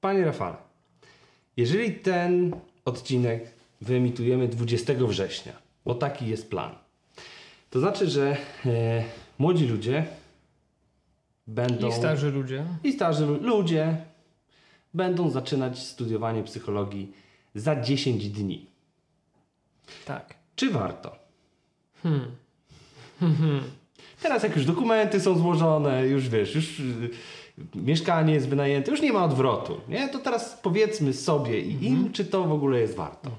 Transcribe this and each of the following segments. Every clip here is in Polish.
Panie Rafale, jeżeli ten odcinek wyemitujemy 20 września, bo taki jest plan, to znaczy, że młodzi ludzie będą... I starzy ludzie będą zaczynać studiowanie psychologii za 10 dni. Tak. Czy warto? Teraz jak już dokumenty są złożone, już wiesz, już mieszkanie jest wynajęte, już nie ma odwrotu, nie? To teraz powiedzmy sobie i im, czy to w ogóle jest warto.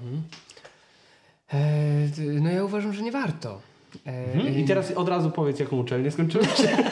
No ja uważam, że nie warto. I teraz od razu powiedz, jaką uczelnię skończyłeś.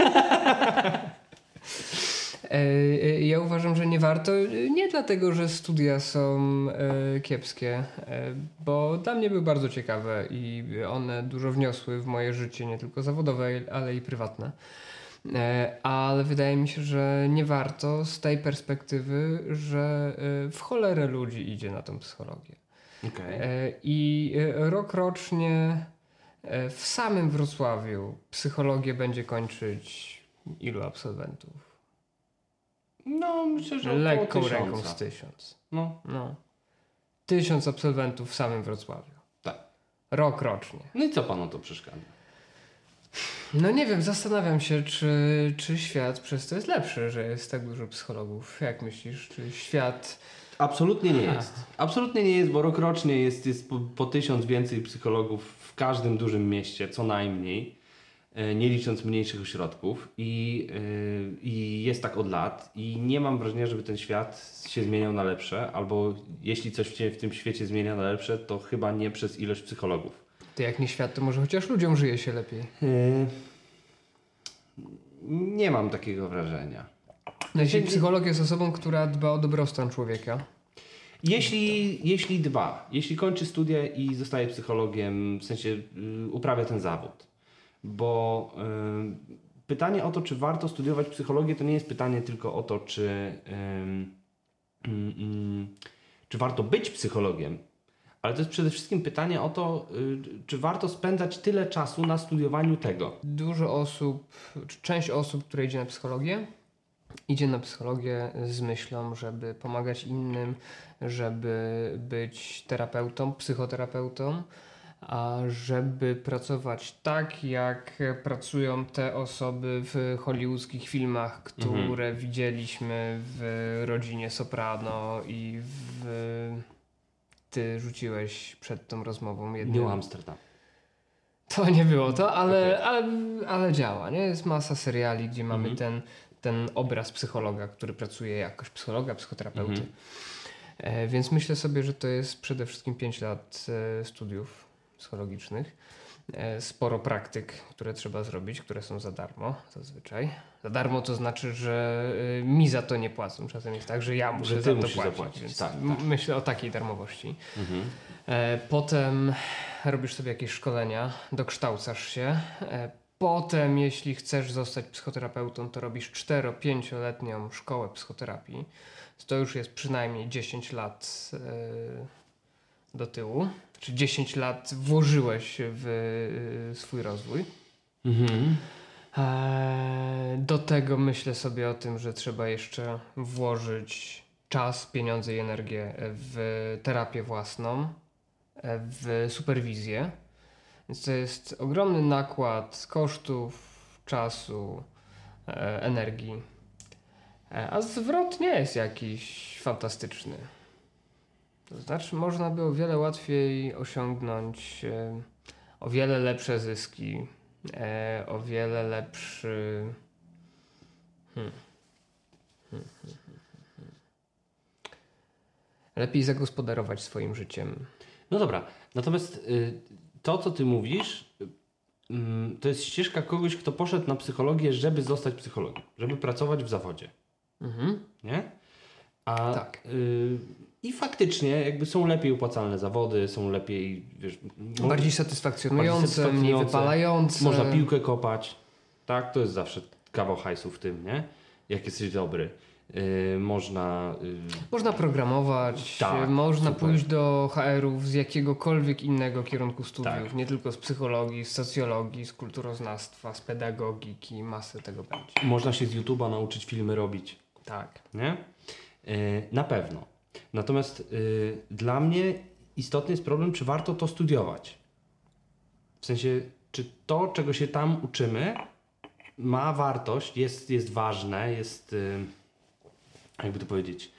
Ja uważam, że nie warto, nie dlatego, że studia są kiepskie, bo dla mnie były bardzo ciekawe i one dużo wniosły w moje życie, nie tylko zawodowe, ale i prywatne. Ale wydaje mi się, że nie warto z tej perspektywy, że w cholerę ludzi idzie na tą psychologię. Okay. I rocznie w samym Wrocławiu psychologię będzie kończyć ilu absolwentów? No, myślę, że lekką ręką z 1000. No. 1000 absolwentów w samym Wrocławiu. Tak. Rocznie. No i co panu to przeszkadza? No nie wiem, zastanawiam się, czy świat przez to jest lepszy, że jest tak dużo psychologów. Jak myślisz, czy świat... Absolutnie nie jest. Absolutnie nie jest, bo rokrocznie jest po 1000 więcej psychologów w każdym dużym mieście, co najmniej. Nie licząc mniejszych ośrodków i jest tak od lat i nie mam wrażenia, żeby ten świat się zmieniał na lepsze, albo jeśli coś w tym świecie zmienia na lepsze, to chyba nie przez ilość psychologów. To jak nie świat, to może chociaż ludziom żyje się lepiej. Nie mam takiego wrażenia. No jeśli psycholog jest osobą, która dba o dobrostan człowieka. Jeśli kończy studia i zostaje psychologiem, w sensie uprawia ten zawód. Bo pytanie o to, czy warto studiować psychologię, to nie jest pytanie tylko o to, czy warto być psychologiem, ale to jest przede wszystkim pytanie o to, czy warto spędzać tyle czasu na studiowaniu tego. Część osób, która idzie na psychologię z myślą, żeby pomagać innym, żeby być terapeutą, psychoterapeutą, a żeby pracować tak, jak pracują te osoby w hollywoodzkich filmach, które widzieliśmy w Rodzinie Soprano i ty rzuciłeś przed tą rozmową jednym. New Amsterdam. To nie było to, ale działa, nie? Jest masa seriali, gdzie mamy ten obraz psychologa, który pracuje jakoś psychologa, psychoterapeuty. Więc myślę sobie, że to jest przede wszystkim 5 lat studiów psychologicznych. Sporo praktyk, które trzeba zrobić, które są za darmo zazwyczaj. Za darmo to znaczy, że mi za to nie płacą. Czasem jest tak, że ja muszę za to płacić. Więc tak. Myślę o takiej darmowości. Potem robisz sobie jakieś szkolenia, dokształcasz się. Potem, jeśli chcesz zostać psychoterapeutą, to robisz 4-5-letnią szkołę psychoterapii. To już jest przynajmniej 10 lat do tyłu. Czy 10 lat włożyłeś w swój rozwój. Do tego myślę sobie o tym, że trzeba jeszcze włożyć czas, pieniądze i energię w terapię własną, w superwizję. Więc to jest ogromny nakład kosztów, czasu, energii. A zwrot nie jest jakiś fantastyczny. To znaczy można by o wiele łatwiej osiągnąć o wiele lepsze zyski, o wiele lepszy... Lepiej zagospodarować swoim życiem. No dobra, natomiast to, co ty mówisz, to jest ścieżka kogoś, kto poszedł na psychologię, żeby zostać psychologiem, żeby pracować w zawodzie. Nie? Tak. I faktycznie jakby są lepiej opłacalne zawody, są lepiej, wiesz, bardziej satysfakcjonujące, mniej wypalające. Można piłkę kopać. Tak, to jest zawsze kawał hajsu w tym, nie? Jak jesteś dobry. Można programować, można pójść do HR-ów z jakiegokolwiek innego kierunku studiów, nie tylko z psychologii, z socjologii, z kulturoznawstwa, z pedagogiki, masy tego będzie. Można się z YouTube'a nauczyć filmy robić. Tak. Nie? Na pewno. Natomiast dla mnie istotny jest problem, czy warto to studiować. W sensie, czy to, czego się tam uczymy, ma wartość, jest ważne, jest, jakby to powiedzieć,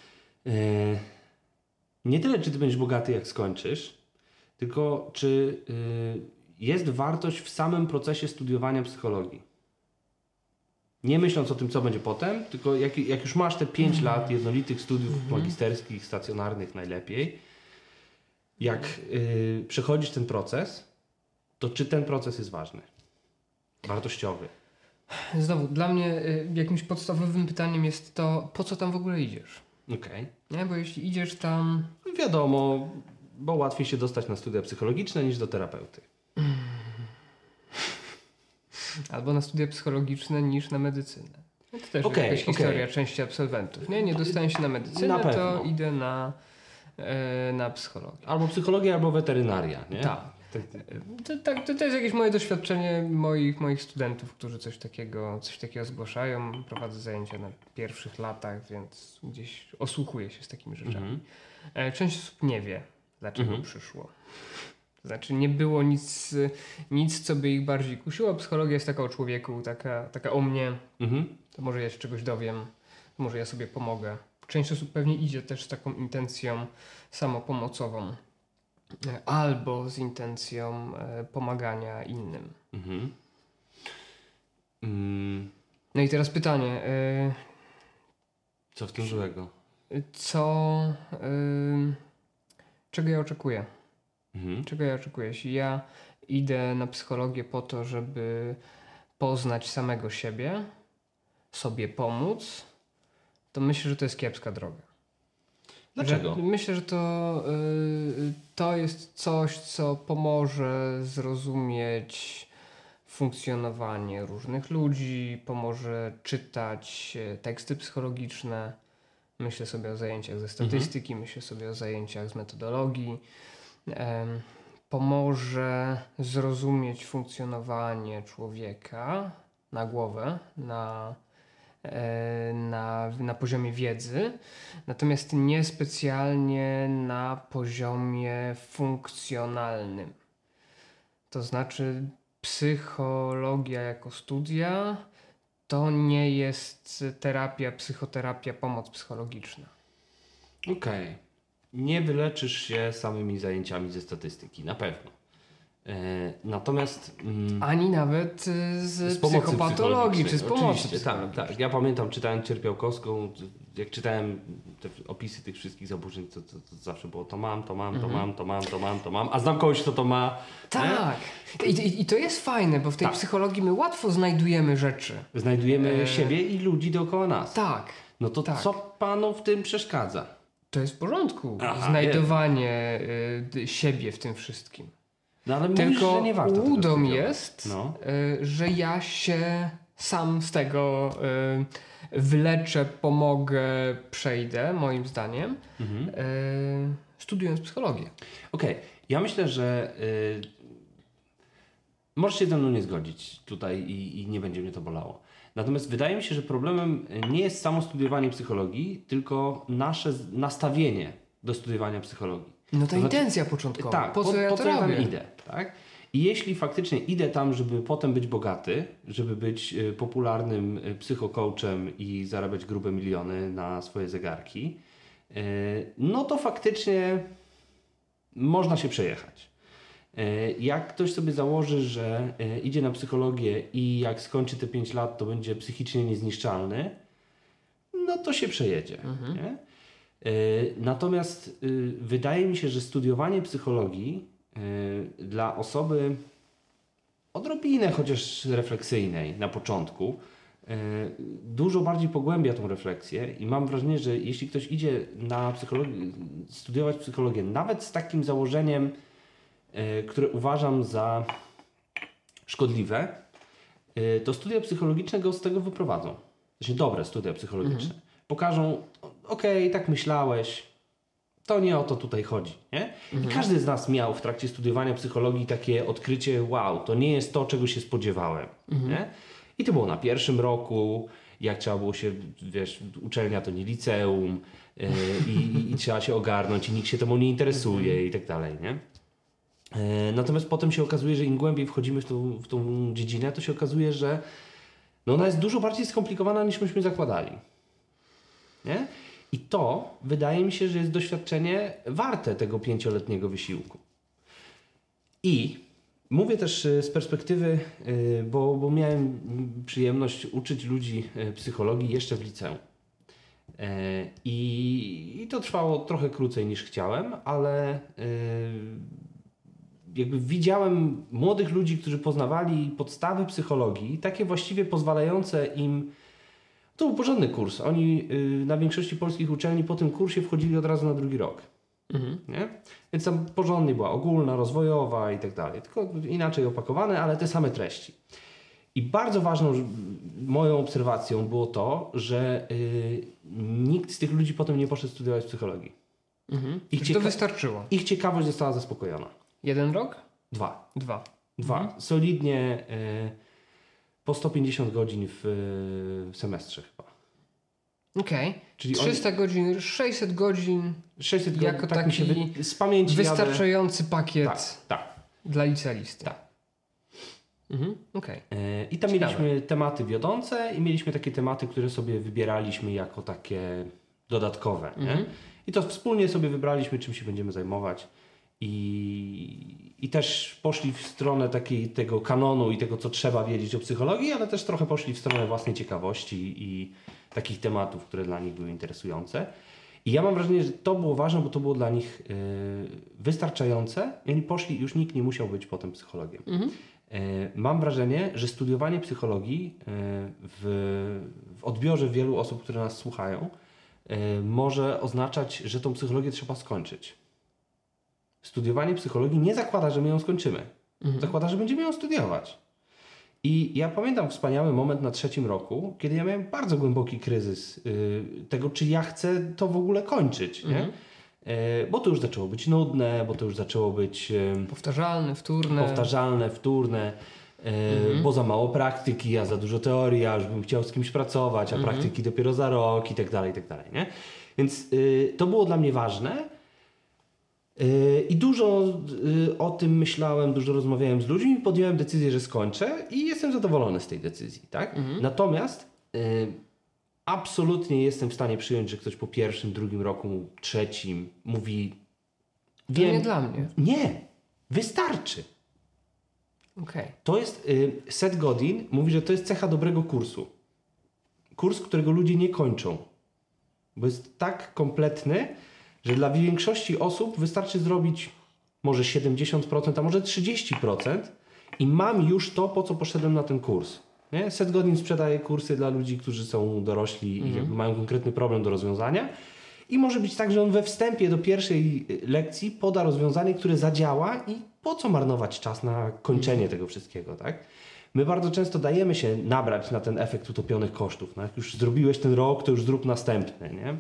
nie tyle, czy ty będziesz bogaty, jak skończysz, tylko czy jest wartość w samym procesie studiowania psychologii. Nie myśląc o tym, co będzie potem, tylko jak już masz te 5 lat jednolitych studiów magisterskich, stacjonarnych najlepiej, jak przechodzisz ten proces, to czy ten proces jest ważny, wartościowy? Znowu, dla mnie jakimś podstawowym pytaniem jest to, po co tam w ogóle idziesz? Okej. Nie, bo jeśli idziesz tam... Wiadomo, bo łatwiej się dostać na studia psychologiczne niż do terapeuty. Albo na studia psychologiczne niż na medycynę. No to też jakaś historia części absolwentów. Nie dostaję się na medycynę, to idę na psychologię. Albo psychologia, albo weterynaria, nie? Tak. To jest jakieś moje doświadczenie moich studentów, którzy coś takiego zgłaszają. Prowadzę zajęcia na pierwszych latach, więc gdzieś osłuchuję się z takimi rzeczami. Część osób nie wie, dlaczego przyszło. To znaczy nie było nic, co by ich bardziej kusiło. Psychologia jest taka o człowieku, taka o mnie. To może ja się czegoś dowiem, to może ja sobie pomogę. Część osób pewnie idzie też z taką intencją samopomocową. Albo z intencją pomagania innym. No i teraz pytanie. Co w tym złego? Czego ja oczekuję? Czego ja oczekuję? Jeśli ja idę na psychologię po to, żeby poznać samego siebie, sobie pomóc, to myślę, że to jest kiepska droga. Dlaczego? Myślę, że to jest coś, co pomoże zrozumieć funkcjonowanie różnych ludzi, pomoże czytać teksty psychologiczne. Myślę sobie o zajęciach ze statystyki, myślę sobie o zajęciach z metodologii. Pomoże zrozumieć funkcjonowanie człowieka na głowę, na poziomie wiedzy, natomiast nie specjalnie na poziomie funkcjonalnym. To znaczy psychologia jako studia to nie jest terapia, psychoterapia, pomoc psychologiczna. Okej. Nie wyleczysz się samymi zajęciami ze statystyki, na pewno. Natomiast... Ani nawet z psychopatologii, czy z pomocy psychologicznej. Tak. Ja pamiętam, czytając Cierpiałkowską, jak czytałem te opisy tych wszystkich zaburzeń, to zawsze było to mam, a znam kogoś, kto to ma. Tak. I to jest fajne, bo w tej psychologii my łatwo znajdujemy rzeczy. Znajdujemy siebie i ludzi dookoła nas. Tak. No to co panu w tym przeszkadza? To jest w porządku. Znajdowanie siebie w tym wszystkim. No, ale tylko mówisz, że nie warto łudą jest, że ja się sam z tego wyleczę, pomogę, przejdę, moim zdaniem, studiując psychologię. Okej. Ja myślę, że możesz się ze mną nie zgodzić tutaj i nie będzie mnie to bolało. Natomiast wydaje mi się, że problemem nie jest samo studiowanie psychologii, tylko nasze nastawienie do studiowania psychologii. No ta intencja początkowa. Tak, po co ja tam idę, tak? I jeśli faktycznie idę tam, żeby potem być bogaty, żeby być popularnym psychocoachem i zarabiać grube miliony na swoje zegarki, no to faktycznie można się przejechać. Jak ktoś sobie założy, że idzie na psychologię i jak skończy te 5 lat, to będzie psychicznie niezniszczalny, no to się przejedzie. Nie? Natomiast wydaje mi się, że studiowanie psychologii dla osoby odrobinę chociaż refleksyjnej na początku dużo bardziej pogłębia tą refleksję i mam wrażenie, że jeśli ktoś idzie na studiować psychologię nawet z takim założeniem, które uważam za szkodliwe, to studia psychologiczne go z tego wyprowadzą. Znaczy dobre studia psychologiczne. Pokażą, tak myślałeś, to nie o to tutaj chodzi. Nie? I każdy z nas miał w trakcie studiowania psychologii takie odkrycie, wow, to nie jest to, czego się spodziewałem. Nie? I to było na pierwszym roku, jak trzeba było się, wiesz, uczelnia to nie liceum i trzeba się ogarnąć i nikt się temu nie interesuje i tak dalej, nie? Natomiast potem się okazuje, że im głębiej wchodzimy w tą dziedzinę, to się okazuje, że no ona jest dużo bardziej skomplikowana niż myśmy zakładali. Nie? I to wydaje mi się, że jest doświadczenie warte tego 5-letniego wysiłku. I mówię też z perspektywy, bo miałem przyjemność uczyć ludzi psychologii jeszcze w liceum. I to trwało trochę krócej niż chciałem, ale jakby widziałem młodych ludzi, którzy poznawali podstawy psychologii, takie właściwie pozwalające im. To był porządny kurs. Oni na większości polskich uczelni po tym kursie wchodzili od razu na drugi rok. Nie? Więc tam porządnie była ogólna, rozwojowa i tak dalej. Tylko inaczej opakowane, ale te same treści. I bardzo ważną moją obserwacją było to, że nikt z tych ludzi potem nie poszedł studiować psychologii. To wystarczyło. Ich ciekawość została zaspokojona. 1 rok? 2. 2. Solidnie po 150 godzin w semestrze chyba. Okej. Czyli 300 godzin, 600 godzin 600 godzin, jako tak taki mi się z pamięci wystarczający pakiet tak. dla licealisty. Tak. Okej. I tam mieliśmy tematy wiodące i mieliśmy takie tematy, które sobie wybieraliśmy jako takie dodatkowe. Nie? I to wspólnie sobie wybraliśmy, czym się będziemy zajmować. I też poszli w stronę tego kanonu i tego, co trzeba wiedzieć o psychologii, ale też trochę poszli w stronę własnej ciekawości i takich tematów, które dla nich były interesujące. I ja mam wrażenie, że to było ważne, bo to było dla nich wystarczające i oni poszli, już nikt nie musiał być potem psychologiem. Mam wrażenie, że studiowanie psychologii w odbiorze wielu osób, które nas słuchają, może oznaczać, że tą psychologię trzeba skończyć. Studiowanie psychologii nie zakłada, że my ją skończymy. Zakłada, że będziemy ją studiować. I ja pamiętam wspaniały moment na 3. roku, kiedy ja miałem bardzo głęboki kryzys tego, czy ja chcę to w ogóle kończyć. Nie? Bo to już zaczęło być nudne, bo to już zaczęło być powtarzalne, wtórne, bo za mało praktyki, a za dużo teorii, ja już bym chciał z kimś pracować, a praktyki dopiero za rok i tak dalej, nie? Więc to było dla mnie ważne. I dużo o tym myślałem, dużo rozmawiałem z ludźmi, podjąłem decyzję, że skończę i jestem zadowolony z tej decyzji, tak? Natomiast absolutnie jestem w stanie przyjąć, że ktoś po 1., 2. roku, 3. mówi to nie dla mnie. Nie, wystarczy. Okay. To jest Seth Godin mówi, że to jest cecha dobrego kursu. Kurs, którego ludzie nie kończą. Bo jest tak kompletny, że dla większości osób wystarczy zrobić może 70%, a może 30% i mam już to, po co poszedłem na ten kurs. Nie? Seth Godin sprzedaje kursy dla ludzi, którzy są dorośli i mają konkretny problem do rozwiązania. I może być tak, że on we wstępie do pierwszej lekcji poda rozwiązanie, które zadziała i po co marnować czas na kończenie tego wszystkiego, tak? My bardzo często dajemy się nabrać na ten efekt utopionych kosztów. No jak już zrobiłeś ten rok, to już zrób następny, nie?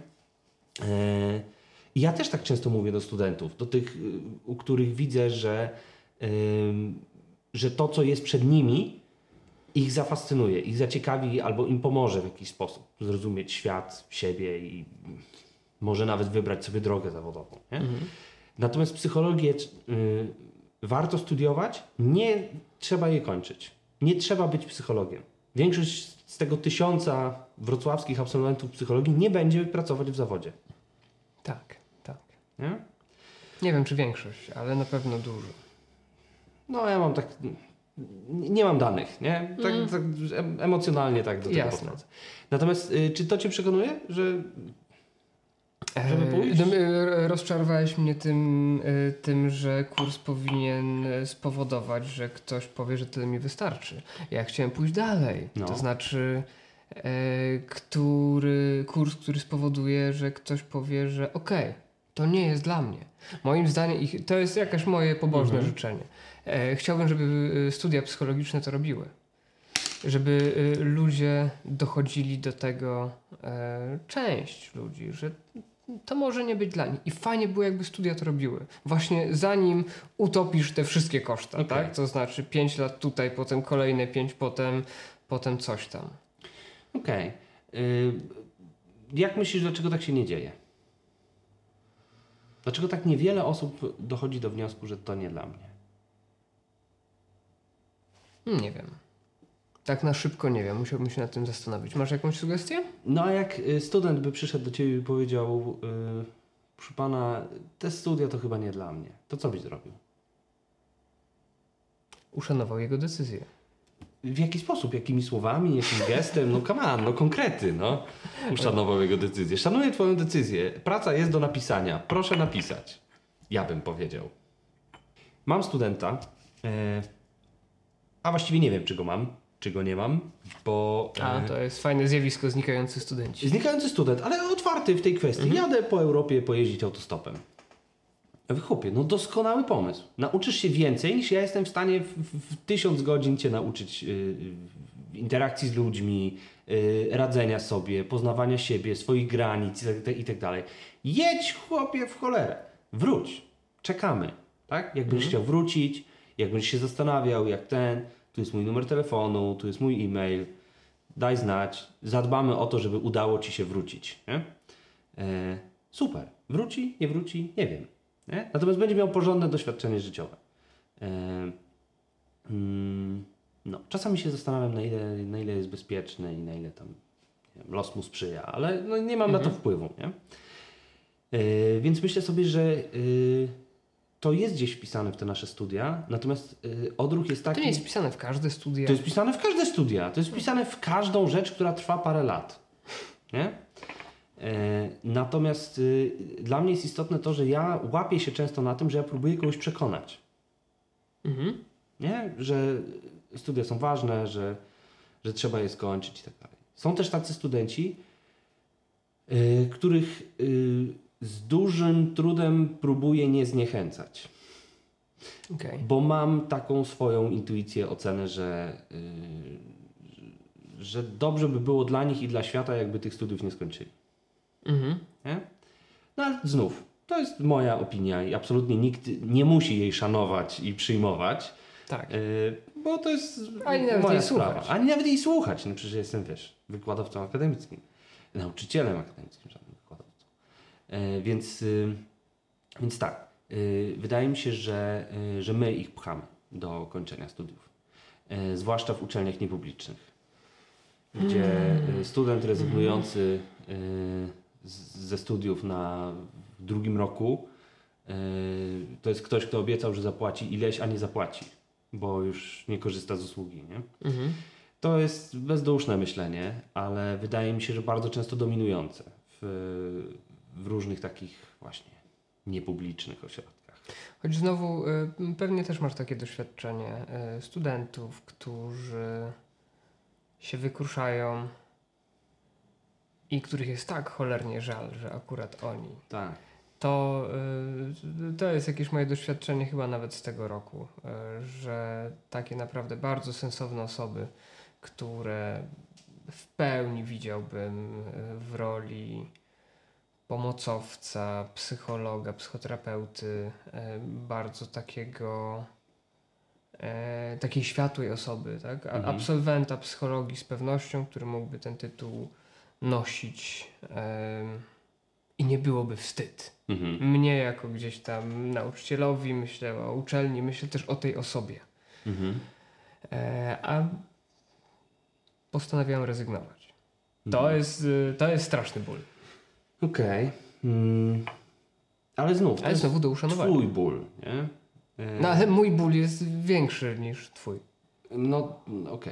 I ja też tak często mówię do studentów, do tych, u których widzę, że to, co jest przed nimi, ich zafascynuje, ich zaciekawi albo im pomoże w jakiś sposób zrozumieć świat, siebie i może nawet wybrać sobie drogę zawodową. Nie? Natomiast psychologię warto studiować, nie trzeba jej kończyć. Nie trzeba być psychologiem. Większość z tego 1000 wrocławskich absolwentów psychologii nie będzie pracować w zawodzie. Tak. Nie? Nie wiem, czy większość, ale na pewno dużo. No ja mam tak... Nie mam danych, nie? Tak emocjonalnie tak do tego podchodzę. Natomiast czy to cię przekonuje, żeby pójść? Rozczarowałeś mnie tym, że kurs powinien spowodować, że ktoś powie, że tyle mi wystarczy. Ja chciałem pójść dalej. To znaczy kurs, który spowoduje, że ktoś powie, że okej, to nie jest dla mnie. Moim zdaniem, to jest jakieś moje pobożne życzenie. Chciałbym, żeby studia psychologiczne to robiły. Żeby ludzie dochodzili do tego, część ludzi, że to może nie być dla nich. I fajnie było, jakby studia to robiły. Właśnie zanim utopisz te wszystkie koszta, tak? To znaczy 5 lat tutaj, potem kolejne 5, potem coś tam. Okej. Jak myślisz, dlaczego tak się nie dzieje? Dlaczego tak niewiele osób dochodzi do wniosku, że to nie dla mnie? Nie wiem. Tak na szybko nie wiem. Musiałbym się nad tym zastanowić. Masz jakąś sugestię? No a jak student by przyszedł do ciebie i powiedział, proszę pana, te studia to chyba nie dla mnie, to co byś zrobił? Uszanował jego decyzję. W jaki sposób? Jakimi słowami? Jakim gestem? No come on, no konkrety, no. Uszanował jego decyzję. Szanuję twoją decyzję. Praca jest do napisania. Proszę napisać. Ja bym powiedział. Mam studenta, a właściwie nie wiem, czy go mam, czy go nie mam, bo... To jest fajne zjawisko, znikający studenci. Znikający student, ale otwarty w tej kwestii. Jadę po Europie pojeździć autostopem. Ja mówię, chłopie, no doskonały pomysł. Nauczysz się więcej niż ja jestem w stanie w 1000 godzin cię nauczyć interakcji z ludźmi, radzenia sobie, poznawania siebie, swoich granic i tak dalej. Jedź, chłopie, w cholerę. Wróć. Czekamy. Tak? Jak będziesz chciał wrócić, jak będziesz się zastanawiał, tu jest mój numer telefonu, tu jest mój e-mail, daj znać, zadbamy o to, żeby udało ci się wrócić. Nie? Super. Wróci, nie wróci, nie wiem. Nie? Natomiast będzie miał porządne doświadczenie życiowe. No, czasami się zastanawiam, na ile jest bezpieczny i na ile tam nie wiem, los mu sprzyja, ale no, nie mam na to wpływu. Nie? Więc myślę sobie, że to jest gdzieś wpisane w te nasze studia, natomiast odruch jest taki... To nie jest wpisane w każde studia. To jest wpisane w każde studia. To jest wpisane w każdą rzecz, która trwa parę lat. Nie? Natomiast dla mnie jest istotne to, że ja łapię się często na tym, że ja próbuję kogoś przekonać. Nie? Że studia są ważne, że trzeba je skończyć i tak dalej. Są też tacy studenci, których z dużym trudem próbuję nie zniechęcać. Okay. Bo mam taką swoją intuicję, ocenę, że dobrze by było dla nich i dla świata, jakby tych studiów nie skończyli. Nie? No ale znów, to jest moja opinia i absolutnie nikt nie musi jej szanować i przyjmować. Tak. Bo to jest ani nawet moja jej sprawa. słuchać. Ani nawet jej słuchać. No przecież jestem, wykładowcą akademickim. Nauczycielem akademickim, żadnym wykładowcą. Więc tak. Wydaje mi się, że my ich pchamy do kończenia studiów. Zwłaszcza w uczelniach niepublicznych. Gdzie student rezygnujący ze studiów w drugim roku to jest ktoś, kto obiecał, że zapłaci ileś, a nie zapłaci, bo już nie korzysta z usługi. Nie? To jest bezduszne myślenie, ale wydaje mi się, że bardzo często dominujące w różnych takich właśnie niepublicznych ośrodkach. Choć znowu pewnie też masz takie doświadczenie studentów, którzy się wykruszają i których jest tak cholernie żal, że akurat oni. Tak. To jest jakieś moje doświadczenie chyba nawet z tego roku, że takie naprawdę bardzo sensowne osoby, które w pełni widziałbym w roli pomocowca, psychologa, psychoterapeuty, bardzo takiej światłej osoby, tak? Absolwenta psychologii z pewnością, który mógłby ten tytuł nosić i nie byłoby wstyd. Mnie jako gdzieś tam nauczycielowi, myślę o uczelni, myślę też o tej osobie. A postanawiałem rezygnować. To jest straszny ból. Okej. Ale znów, to jest znowu do uszanowania. twój ból, nie? No ale mój ból jest większy niż twój. No, okej.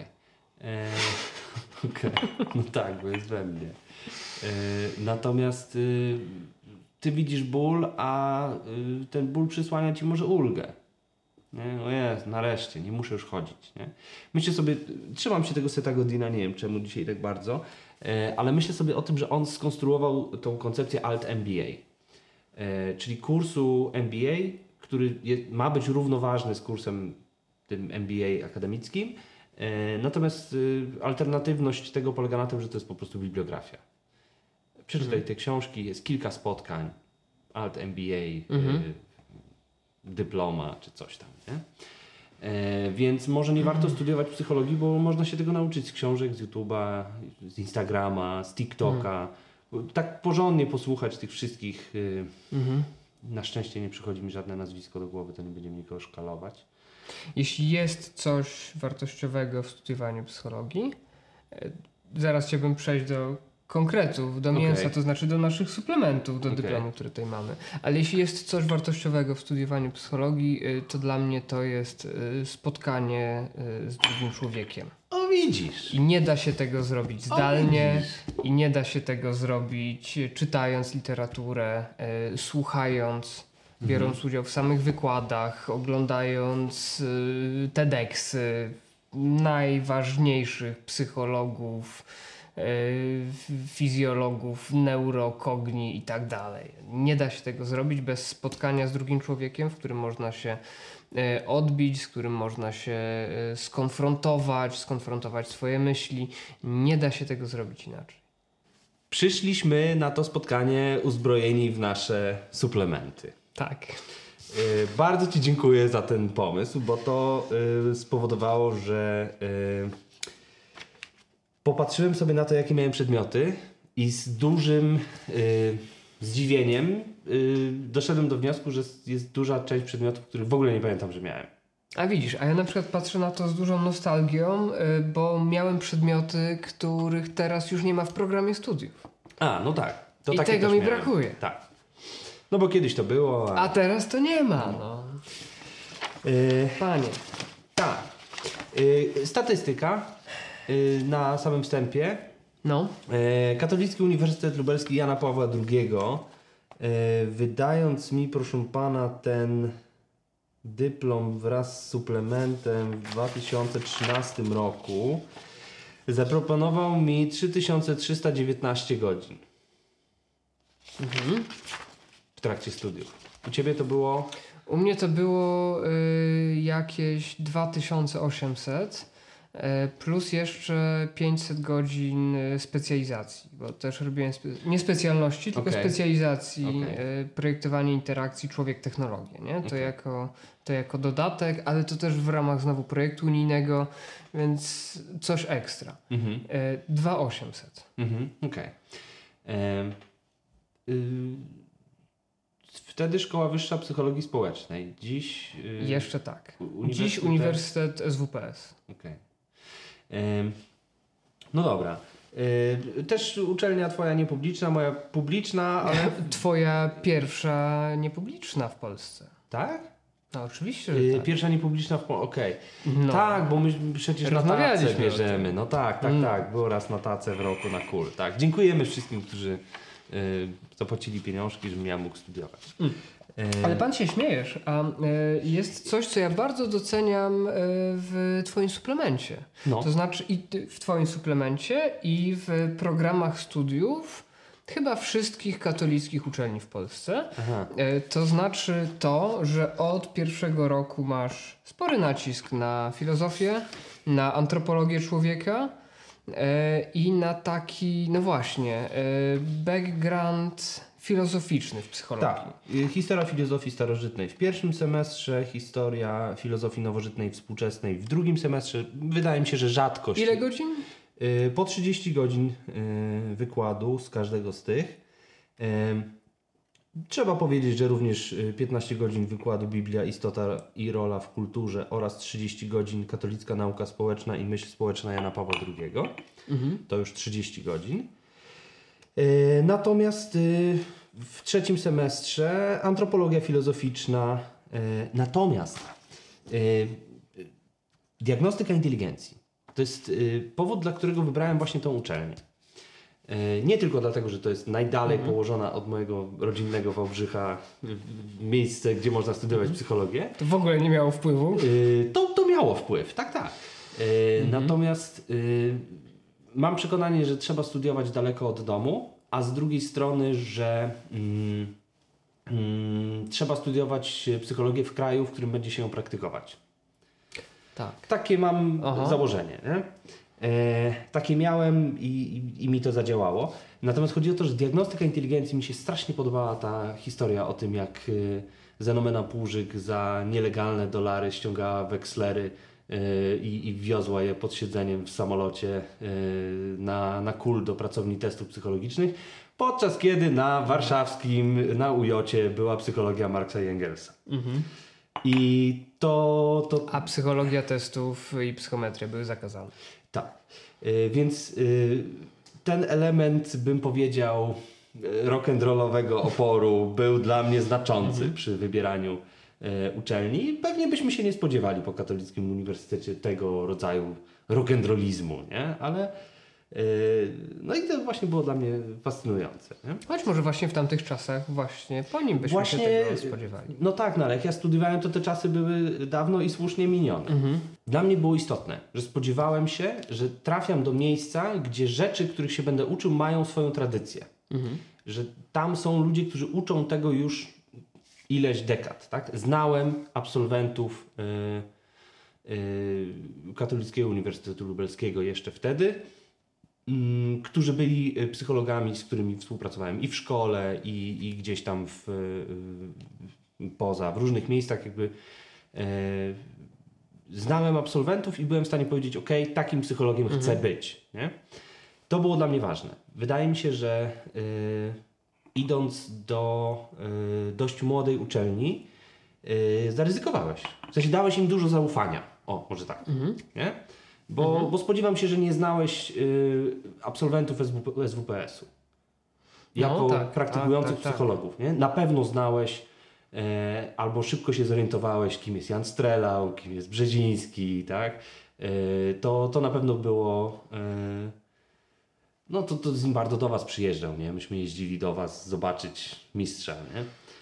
Okej. No tak, bo jest we mnie. Natomiast ty widzisz ból, a ten ból przysłania ci może ulgę. Nie? No jest, nareszcie, nie muszę już chodzić. Nie? Myślę sobie, trzymam się tego Seta Godina, nie wiem czemu dzisiaj tak bardzo, ale myślę sobie o tym, że on skonstruował tą koncepcję Alt MBA, czyli kursu MBA, który ma być równoważny z kursem tym MBA akademickim, natomiast alternatywność tego polega na tym, że to jest po prostu bibliografia. Przeczytaj te książki, jest kilka spotkań, Alt MBA, dyploma czy coś tam. Nie? Więc może nie warto studiować psychologii, bo można się tego nauczyć z książek, z YouTube'a, z Instagrama, z TikToka. Tak porządnie posłuchać tych wszystkich. Na szczęście nie przychodzi mi żadne nazwisko do głowy, to nie będziemy nikogo szkalować. Jeśli jest coś wartościowego w studiowaniu psychologii, zaraz chciałbym przejść do konkretów, do mięsa, to znaczy do naszych suplementów, do dyplomu, który tutaj mamy. Ale jeśli jest coś wartościowego w studiowaniu psychologii, to dla mnie to jest spotkanie z drugim człowiekiem. O, widzisz. I nie da się tego zrobić zdalnie, i nie da się tego zrobić czytając literaturę, słuchając, biorąc udział w samych wykładach, oglądając TEDxy najważniejszych psychologów, fizjologów, neurokogni i tak dalej. Nie da się tego zrobić bez spotkania z drugim człowiekiem, w którym można się odbić, z którym można się skonfrontować swoje myśli. Nie da się tego zrobić inaczej. Przyszliśmy na to spotkanie uzbrojeni w nasze suplementy. Tak. Bardzo Ci dziękuję za ten pomysł, bo to spowodowało, że popatrzyłem sobie na to, jakie miałem przedmioty i z dużym zdziwieniem doszedłem do wniosku, że jest duża część przedmiotów, których w ogóle nie pamiętam, że miałem. A widzisz, a ja na przykład patrzę na to z dużą nostalgią, bo miałem przedmioty, których teraz już nie ma w programie studiów. A, no tak. To i tego mi brakuje. Tak. No bo kiedyś to było. A teraz to nie ma, no. Panie. Tak. Statystyka na samym wstępie. No. Katolicki Uniwersytet Lubelski Jana Pawła II, wydając mi, proszę pana, ten dyplom wraz z suplementem w 2013 roku, zaproponował mi 3319 godzin w trakcie studiów. U Ciebie to było? U mnie to było jakieś 2800 plus jeszcze 500 godzin specjalizacji, bo też robiłem nie specjalności, tylko specjalizacji, projektowanie interakcji człowiek-technologia, nie? To jako dodatek, ale to też w ramach znowu projektu unijnego, więc coś ekstra. 2800. Okej. Wtedy Szkoła Wyższa Psychologii Społecznej. Dziś... Jeszcze tak. Dziś Uniwersytet SWPS. Okej. No dobra. Też uczelnia twoja niepubliczna, moja publiczna, ale... Twoja pierwsza niepubliczna w Polsce. Tak? No oczywiście, że tak. Pierwsza niepubliczna w Polsce, okej. No. Tak, bo my przecież na tacę bierzemy. No tak. Było raz na tacę w roku na KUL. Tak. Dziękujemy wszystkim, którzy zapłacili pieniążki, żebym ja mógł studiować. Ale pan się śmiejesz, a jest coś, co ja bardzo doceniam w twoim suplemencie. No. To znaczy i w twoim suplemencie i w programach studiów chyba wszystkich katolickich uczelni w Polsce. To znaczy to, że od pierwszego roku masz spory nacisk na filozofię, na antropologię człowieka i na taki, no właśnie, background filozoficzny w psychologii. Tak. Historia filozofii starożytnej w pierwszym semestrze, historia filozofii nowożytnej współczesnej w drugim semestrze. Wydaje mi się, że rzadkość. Ile godzin? Po 30 godzin wykładu z każdego z tych. Trzeba powiedzieć, że również 15 godzin wykładu Biblia, istota i rola w kulturze oraz 30 godzin katolicka nauka społeczna i myśl społeczna Jana Pawła II. To już 30 godzin. Natomiast w trzecim semestrze antropologia filozoficzna. Natomiast diagnostyka inteligencji to jest powód, dla którego wybrałem właśnie tą uczelnię. Nie tylko dlatego, że to jest najdalej położona od mojego rodzinnego Wałbrzycha miejsce, gdzie można studiować psychologię. To w ogóle nie miało wpływu? To miało wpływ, tak. Natomiast mam przekonanie, że trzeba studiować daleko od domu, a z drugiej strony, że trzeba studiować psychologię w kraju, w którym będzie się ją praktykować. Tak. Takie mam założenie. Nie? Takie miałem i mi to zadziałało. Natomiast chodzi o to, że diagnostyka inteligencji mi się strasznie podobała ta historia o tym, jak Zenomena Płużyk za nielegalne dolary ściągała wekslery i wiozła je pod siedzeniem w samolocie na KUL do pracowni testów psychologicznych, podczas kiedy na warszawskim, na UJ-cie była psychologia Marksa i Engelsa. I to... A psychologia testów i psychometria były zakazane. Tak. Więc ten element, bym powiedział, rock'n'rollowego oporu był dla mnie znaczący przy wybieraniu uczelni. Pewnie byśmy się nie spodziewali po Katolickim Uniwersytecie tego rodzaju rock'n'rollizmu, nie? Ale no i to właśnie było dla mnie fascynujące. Nie? Choć może właśnie w tamtych czasach właśnie po nim byśmy się tego spodziewali. No tak, no ale jak ja studiowałem, to te czasy były dawno i słusznie minione. Dla mnie było istotne, że spodziewałem się, że trafiam do miejsca, gdzie rzeczy, których się będę uczył, mają swoją tradycję. Że tam są ludzie, którzy uczą tego już ileś dekad. Tak? Znałem absolwentów Katolickiego Uniwersytetu Lubelskiego jeszcze wtedy, którzy byli psychologami, z którymi współpracowałem i w szkole, i gdzieś tam poza, w różnych miejscach jakby znałem absolwentów i byłem w stanie powiedzieć, ok, takim psychologiem chcę być. Nie? To było dla mnie ważne. Wydaje mi się, że idąc do dość młodej uczelni zaryzykowałeś. W sensie dałeś im dużo zaufania. O, może tak. Nie? Bo spodziewam się, że nie znałeś absolwentów SWPS-u jako praktykujących psychologów. Nie? Na pewno znałeś albo szybko się zorientowałeś, kim jest Jan Strelał, kim jest Brzeziński. Tak? To na pewno było... No to Zimbardo do was przyjeżdżał, nie? Myśmy jeździli do was zobaczyć mistrza, nie?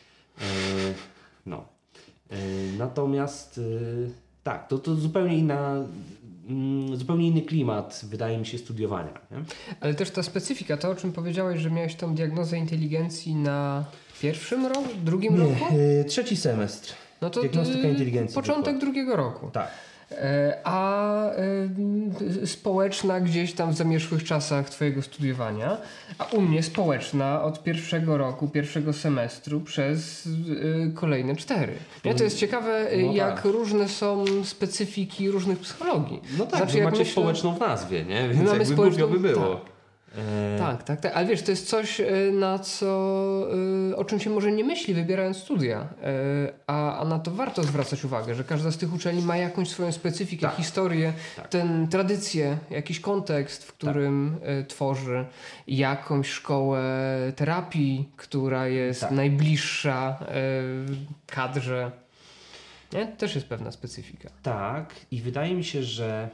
Natomiast tak, to zupełnie inny klimat, wydaje mi się, studiowania. Nie? Ale też ta specyfika, to o czym powiedziałeś, że miałeś tą diagnozę inteligencji na pierwszym roku, drugim roku? Trzeci semestr. No to diagnostyka inteligencji. Początek drugiego roku. Tak. A społeczna gdzieś tam w zamierzchłych czasach twojego studiowania, a u mnie społeczna od pierwszego roku, pierwszego semestru przez kolejne 4. Nie? To jest ciekawe, jak różne są specyfiki różnych psychologii. No tak, znaczy, macie społeczną w nazwie, nie? Więc jakby głupio by było. Tak. Ale wiesz, to jest coś, o czym się może nie myśli, wybierając studia. A na to warto zwracać uwagę, że każda z tych uczelni ma jakąś swoją specyfikę, historię, tradycję, jakiś kontekst, w którym tworzy jakąś szkołę terapii, która jest najbliższa kadrze. Nie? Też jest pewna specyfika. Tak, i wydaje mi się, że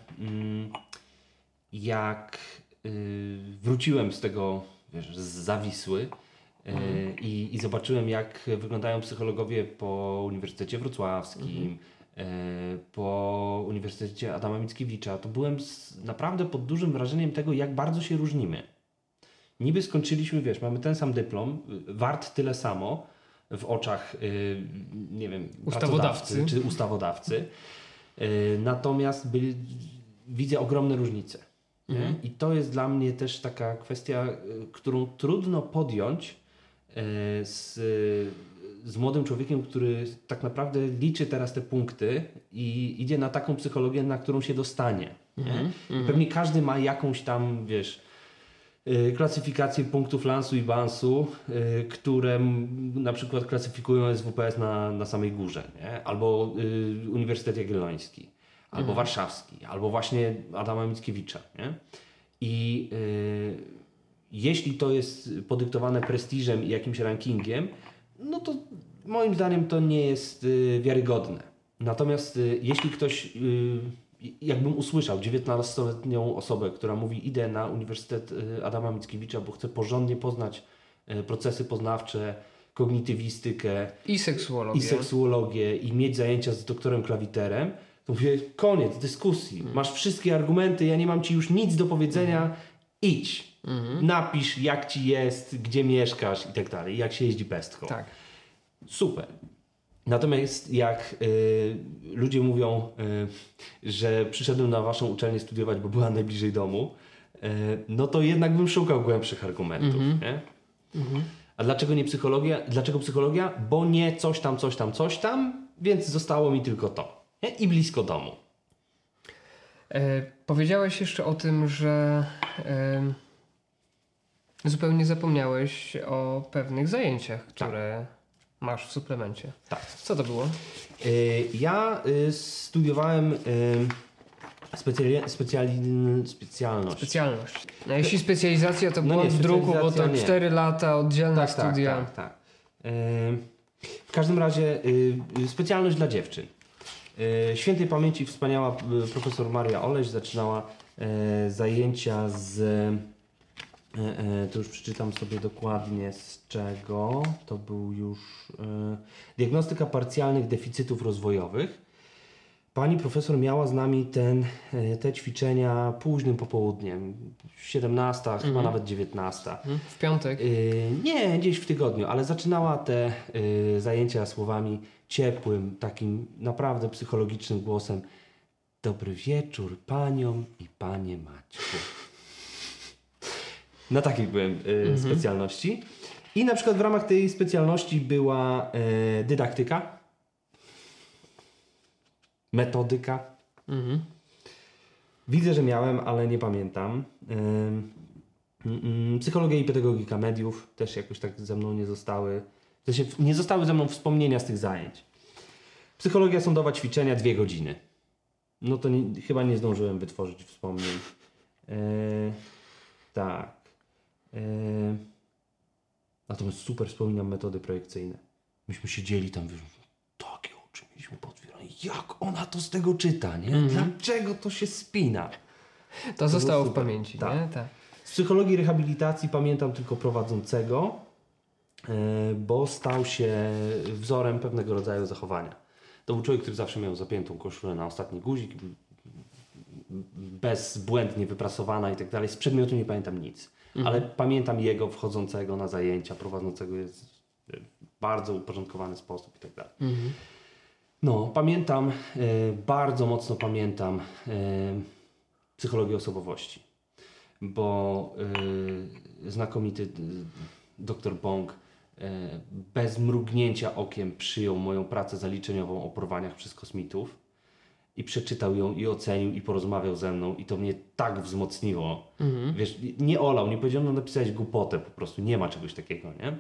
jak wróciłem z tego, wiesz, z Zawisły i zobaczyłem, jak wyglądają psychologowie po Uniwersytecie Wrocławskim, po Uniwersytecie Adama Mickiewicza, to byłem naprawdę pod dużym wrażeniem tego, jak bardzo się różnimy. Niby skończyliśmy, wiesz, mamy ten sam dyplom, wart tyle samo w oczach, nie wiem, pracodawcy czy ustawodawcy, natomiast widzę ogromne różnice. I to jest dla mnie też taka kwestia, którą trudno podjąć z młodym człowiekiem, który tak naprawdę liczy teraz te punkty i idzie na taką psychologię, na którą się dostanie. Pewnie każdy ma jakąś tam, wiesz, klasyfikację punktów Lansu i Bansu, które na przykład klasyfikują SWPS na samej górze, nie? Albo Uniwersytet Jagielloński. Albo warszawski, albo właśnie Adama Mickiewicza. Nie? I jeśli to jest podyktowane prestiżem i jakimś rankingiem, no to moim zdaniem to nie jest wiarygodne. Natomiast jeśli ktoś, jakbym usłyszał 19-letnią osobę, która mówi, idę na Uniwersytet Adama Mickiewicza, bo chcę porządnie poznać procesy poznawcze, kognitywistykę i seksuologię i mieć zajęcia z doktorem Klawiterem, to mówię, koniec dyskusji. Masz wszystkie argumenty, ja nie mam ci już nic do powiedzenia. Idź. Napisz, jak ci jest, gdzie mieszkasz i tak dalej. Jak się jeździ pestką. Tak. Super. Natomiast jak ludzie mówią, że przyszedłem na waszą uczelnię studiować, bo była najbliżej domu, no to jednak bym szukał głębszych argumentów. Nie? A dlaczego nie psychologia? Dlaczego psychologia? Bo nie coś tam, więc zostało mi tylko to. Nie? I blisko domu. Powiedziałeś jeszcze o tym, że zupełnie zapomniałeś o pewnych zajęciach, które masz w suplemencie. Tak. Co to było? Ja studiowałem Specjalność. No, jeśli specjalizacja to było nie, w druku, bo to nie. 4 lata oddzielne studia. Tak. W każdym razie specjalność dla dziewczyn. Świętej pamięci wspaniała profesor Maria Oleś zaczynała zajęcia z... to już przeczytam sobie dokładnie z czego. To był już diagnostyka parcjalnych deficytów rozwojowych. Pani profesor miała z nami te ćwiczenia późnym popołudniem. 17, chyba nawet 19. W piątek? Nie, gdzieś w tygodniu, ale zaczynała te zajęcia słowami ciepłym, takim naprawdę psychologicznym głosem. Dobry wieczór paniom i panie Maćku. Na takiej byłem specjalności. I na przykład w ramach tej specjalności była dydaktyka, metodyka. Widzę, że miałem, ale nie pamiętam. Psychologia i pedagogika mediów też jakoś tak ze mną nie zostały. W sensie nie zostały ze mną wspomnienia z tych zajęć. Psychologia sądowa, ćwiczenia 2 godziny. No to chyba nie zdążyłem wytworzyć wspomnień. Tak. Natomiast super wspominam metody projekcyjne. Myśmy siedzieli tam, takie oczy mieliśmy potwierane. Jak ona to z tego czyta, nie? Dlaczego to się spina? To zostało w pamięci, tak. nie? Tak. Z psychologii rehabilitacji pamiętam tylko prowadzącego, bo stał się wzorem pewnego rodzaju zachowania. To był człowiek, który zawsze miał zapiętą koszulę na ostatni guzik, bezbłędnie wyprasowana i tak dalej. Z przedmiotu nie pamiętam nic. Ale pamiętam jego wchodzącego na zajęcia, prowadzącego je w bardzo uporządkowany sposób i tak dalej. No, pamiętam, bardzo mocno pamiętam psychologię osobowości, bo znakomity dr Bąk bez mrugnięcia okiem przyjął moją pracę zaliczeniową o porwaniach przez kosmitów i przeczytał ją i ocenił i porozmawiał ze mną i to mnie tak wzmocniło. Wiesz, nie olał, nie powiedział, no napisałeś głupotę, po prostu nie ma czegoś takiego, nie?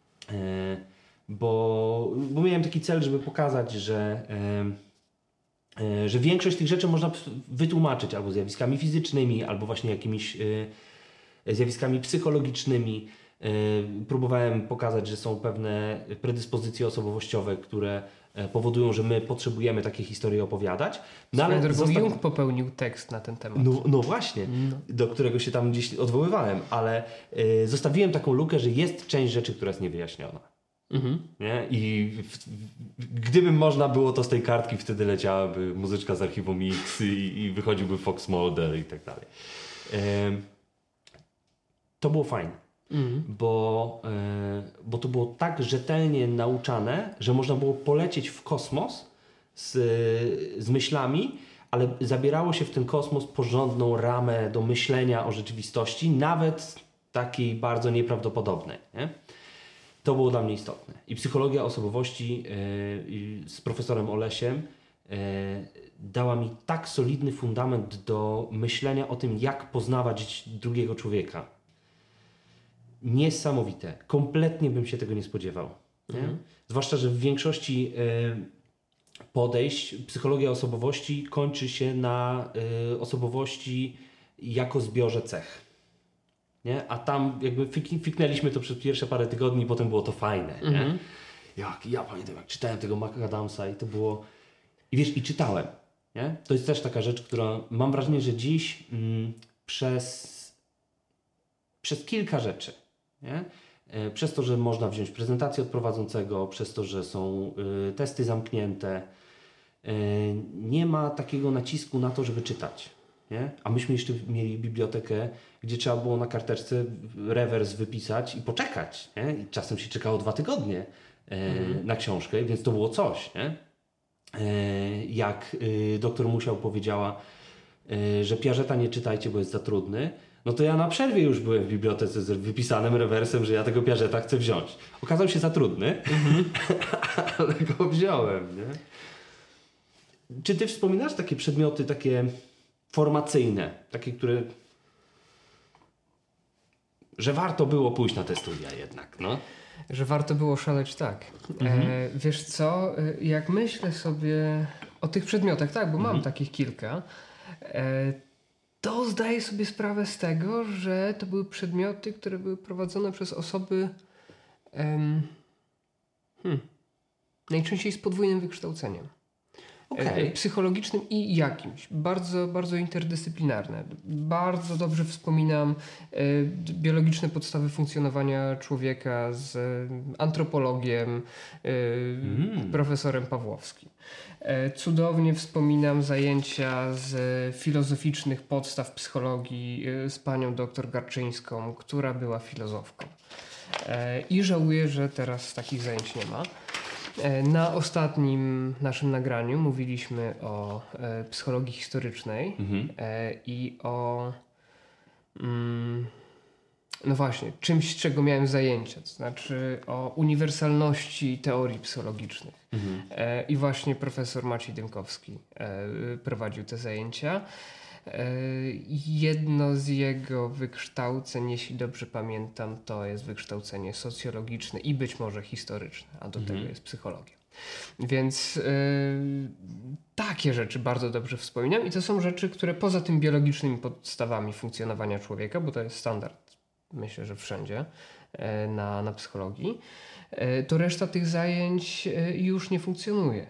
Bo miałem taki cel, żeby pokazać, że większość tych rzeczy można wytłumaczyć albo zjawiskami fizycznymi, albo właśnie jakimiś zjawiskami psychologicznymi. Próbowałem pokazać, że są pewne predyspozycje osobowościowe, które powodują, że my potrzebujemy takie historie opowiadać. No, ale Jung popełnił tekst na ten temat. No właśnie, do którego się tam gdzieś odwoływałem, ale zostawiłem taką lukę, że jest część rzeczy, która jest niewyjaśniona. Nie? I gdyby można było, to z tej kartki wtedy leciałaby muzyczka z archiwum X i wychodziłby Fox Model i tak dalej. To było fajne. Bo to było tak rzetelnie nauczane, że można było polecieć w kosmos z myślami, ale zabierało się w ten kosmos porządną ramę do myślenia o rzeczywistości, nawet takiej bardzo nieprawdopodobnej. Nie? To było dla mnie istotne. I psychologia osobowości z profesorem Olesiem dała mi tak solidny fundament do myślenia o tym, jak poznawać drugiego człowieka. Niesamowite. Kompletnie bym się tego nie spodziewał. Nie? Zwłaszcza, że w większości podejść psychologia osobowości kończy się na osobowości jako zbiorze cech. Nie? A tam jakby fiknęliśmy to przez pierwsze parę tygodni i potem było to fajne. Nie? Ja pamiętam, jak czytałem tego McAdamsa i to było... I wiesz, i czytałem. Nie? To jest też taka rzecz, która mam wrażenie, że dziś przez kilka rzeczy, nie? Przez to, że można wziąć prezentację od prowadzącego, przez to, że są testy zamknięte, nie ma takiego nacisku na to, żeby czytać. Nie? A myśmy jeszcze mieli bibliotekę, gdzie trzeba było na karteczce rewers wypisać i poczekać. Nie? I czasem się czekało 2 tygodnie na książkę, więc to było coś. Nie? Jak doktor Musiał powiedziała, że Piageta nie czytajcie, bo jest za trudny, No to ja na przerwie już byłem w bibliotece z wypisanym rewersem, że ja tego Piageta chcę wziąć. Okazał się za trudny, ale go wziąłem, nie? Czy ty wspominasz takie przedmioty, takie formacyjne, takie, które... że warto było pójść na te studia jednak, no? Że warto było szaleć, tak. Wiesz co, jak myślę sobie o tych przedmiotach, tak, bo mam takich kilka, to zdaję sobie sprawę z tego, że to były przedmioty, które były prowadzone przez osoby najczęściej z podwójnym wykształceniem. Okay. Psychologicznym i jakimś. Bardzo, bardzo interdyscyplinarne. Bardzo dobrze wspominam biologiczne podstawy funkcjonowania człowieka z antropologiem, profesorem Pawłowskim. Cudownie wspominam zajęcia z filozoficznych podstaw psychologii z panią dr Garczyńską, która była filozofką. I żałuję, że teraz takich zajęć nie ma. Na ostatnim naszym nagraniu mówiliśmy o psychologii historycznej i o no właśnie, czymś, z czego miałem zajęcia, to znaczy o uniwersalności teorii psychologicznych. I właśnie profesor Maciej Dymkowski prowadził te zajęcia. Jedno z jego wykształceń, jeśli dobrze pamiętam, to jest wykształcenie socjologiczne i być może historyczne, a do tego jest psychologia. Więc takie rzeczy bardzo dobrze wspominam i to są rzeczy, które poza tym biologicznymi podstawami funkcjonowania człowieka, bo to jest standard, myślę, że wszędzie na psychologii, to reszta tych zajęć już nie funkcjonuje.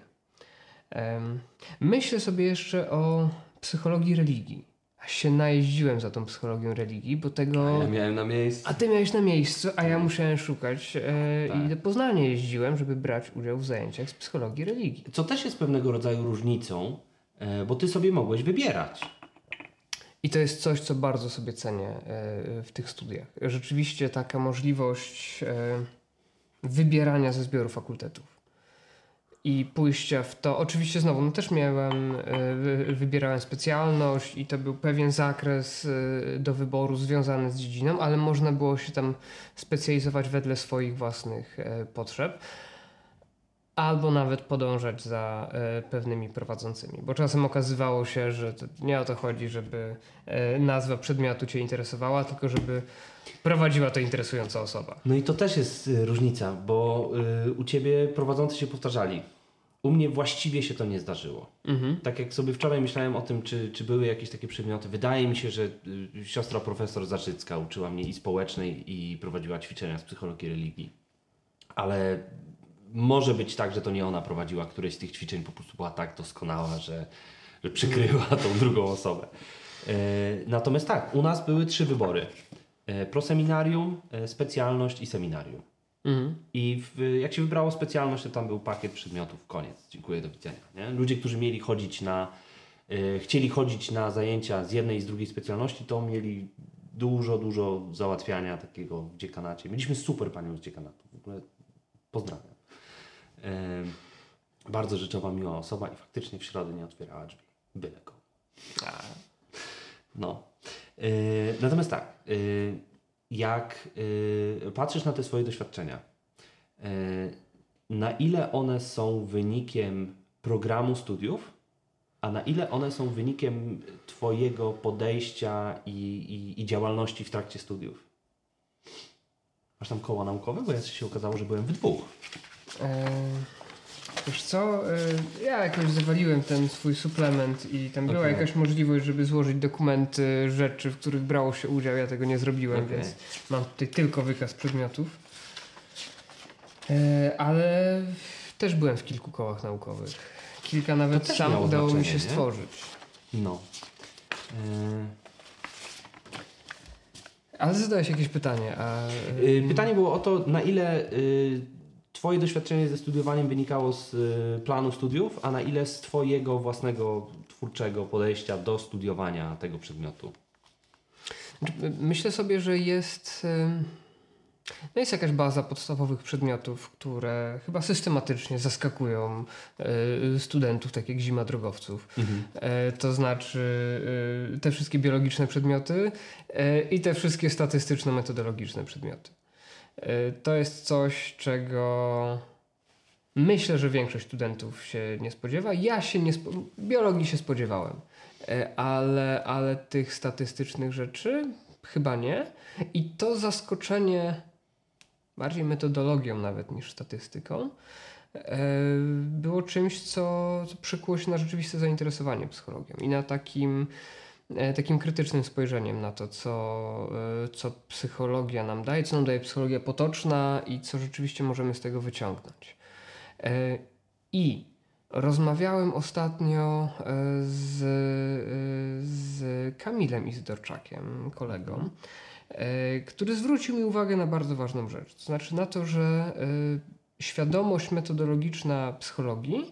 Myślę sobie jeszcze o psychologii religii. Się najeździłem za tą psychologią religii, bo tego... A ja miałem na miejscu. A ty miałeś na miejscu, a ja musiałem szukać i do Poznania jeździłem, żeby brać udział w zajęciach z psychologii religii. Co też jest pewnego rodzaju różnicą, bo ty sobie mogłeś wybierać. I to jest coś, co bardzo sobie cenię w tych studiach. Rzeczywiście taka możliwość wybierania ze zbioru fakultetów. I pójścia w to, oczywiście znowu, no też wybierałem specjalność i to był pewien zakres do wyboru związany z dziedziną, ale można było się tam specjalizować wedle swoich własnych potrzeb. Albo nawet podążać za pewnymi prowadzącymi. Bo czasem okazywało się, że to nie o to chodzi, żeby nazwa przedmiotu cię interesowała, tylko żeby prowadziła to interesująca osoba. No i to też jest różnica, bo u ciebie prowadzący się powtarzali. U mnie właściwie się to nie zdarzyło. Tak jak sobie wczoraj myślałem o tym, czy były jakieś takie przedmioty. Wydaje mi się, że siostra profesor Zarzycka uczyła mnie i społecznej, i prowadziła ćwiczenia z psychologii religii. Ale może być tak, że to nie ona prowadziła któreś z tych ćwiczeń, po prostu była tak doskonała, że przykryła tą drugą osobę. Natomiast tak, u nas były 3 wybory. Proseminarium, specjalność i seminarium. I jak się wybrało specjalność, to tam był pakiet przedmiotów, koniec, dziękuję, do widzenia. Nie? Ludzie, którzy chcieli chodzić na zajęcia z jednej i z drugiej specjalności, to mieli dużo załatwiania takiego w dziekanacie. Mieliśmy super panią z dziekanatu, w ogóle pozdrawiam. Bardzo rzeczowa, miła osoba i faktycznie w środę nie otwierała drzwi. Byle komu. No. Natomiast tak, jak patrzysz na te swoje doświadczenia, na ile one są wynikiem programu studiów, a na ile one są wynikiem twojego podejścia i działalności w trakcie studiów? Masz tam koła naukowe? Bo ja się okazało, że byłem w 2. Wiesz co, ja jakoś zawaliłem ten swój suplement i tam była jakaś możliwość, żeby złożyć dokumenty, rzeczy, w których brało się udział. Ja tego nie zrobiłem, więc mam tutaj tylko wykaz przedmiotów. Ale też byłem w kilku kołach naukowych. Kilka nawet sam udało mi się stworzyć. No. Ale zadałeś jakieś pytanie. Pytanie było o to, na ile twoje doświadczenie ze studiowaniem wynikało z planu studiów, a na ile z twojego własnego twórczego podejścia do studiowania tego przedmiotu? Myślę sobie, że jest... No jest jakaś baza podstawowych przedmiotów, które chyba systematycznie zaskakują studentów, tak jak zima drogowców. To znaczy te wszystkie biologiczne przedmioty i te wszystkie statystyczno-metodologiczne przedmioty. To jest coś, czego myślę, że większość studentów się nie spodziewa. Ja się biologii się spodziewałem, ale tych statystycznych rzeczy chyba nie. I to zaskoczenie bardziej metodologią nawet niż statystyką było czymś, co przykuło się na rzeczywiste zainteresowanie psychologią i na takim krytycznym spojrzeniem na to, co psychologia nam daje, co nam daje psychologia potoczna i co rzeczywiście możemy z tego wyciągnąć. I rozmawiałem ostatnio z Kamilem Izdorczakiem, kolegą, który zwrócił mi uwagę na bardzo ważną rzecz. To znaczy na to, że świadomość metodologiczna psychologii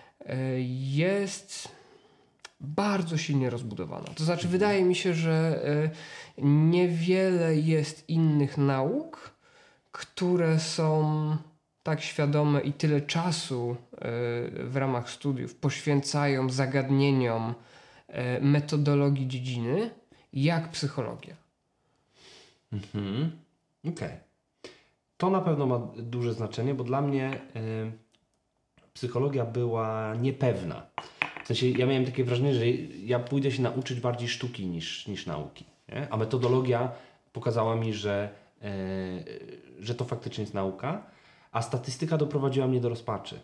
jest bardzo silnie rozbudowana. To znaczy wydaje mi się, że niewiele jest innych nauk, które są tak świadome i tyle czasu w ramach studiów poświęcają zagadnieniom metodologii dziedziny, jak psychologia. Okej. To na pewno ma duże znaczenie, bo dla mnie psychologia była niepewna. W sensie ja miałem takie wrażenie, że ja pójdę się nauczyć bardziej sztuki niż nauki. Nie? A metodologia pokazała mi, że to faktycznie jest nauka, a statystyka doprowadziła mnie do rozpaczy.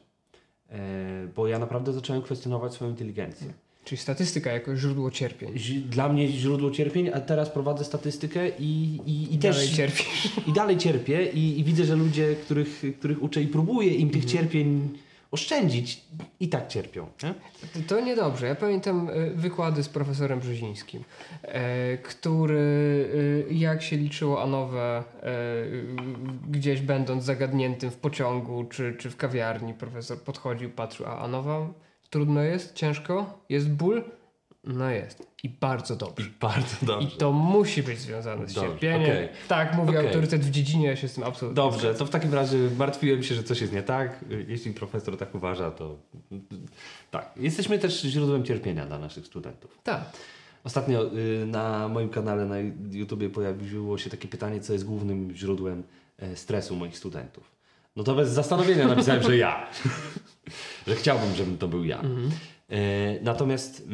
Bo ja naprawdę zacząłem kwestionować swoją inteligencję. Czyli statystyka jako źródło cierpień. Dla mnie źródło cierpień, a teraz prowadzę statystykę i też dalej cierpisz. I dalej cierpię i widzę, że ludzie, których uczę i próbuję im tych cierpień oszczędzić, i tak cierpią. Nie? To niedobrze. Ja pamiętam wykłady z profesorem Brzezińskim, który jak się liczyło Anowę gdzieś będąc zagadniętym w pociągu czy w kawiarni, profesor podchodził, patrzył, a Anowa trudno jest, ciężko, jest ból? No jest. I bardzo dobrze. I to musi być związane z cierpieniem. Okay. Tak mówi autorytet w dziedzinie, ja się z tym absolutnie Dobrze, to w takim razie martwiłem się, że coś jest nie tak. Jeśli profesor tak uważa, to tak. Jesteśmy też źródłem cierpienia dla naszych studentów. Tak. Ostatnio na moim kanale na YouTubie pojawiło się takie pytanie, co jest głównym źródłem stresu moich studentów. No to bez zastanowienia napisałem, że ja. Że chciałbym, żeby to był ja. Natomiast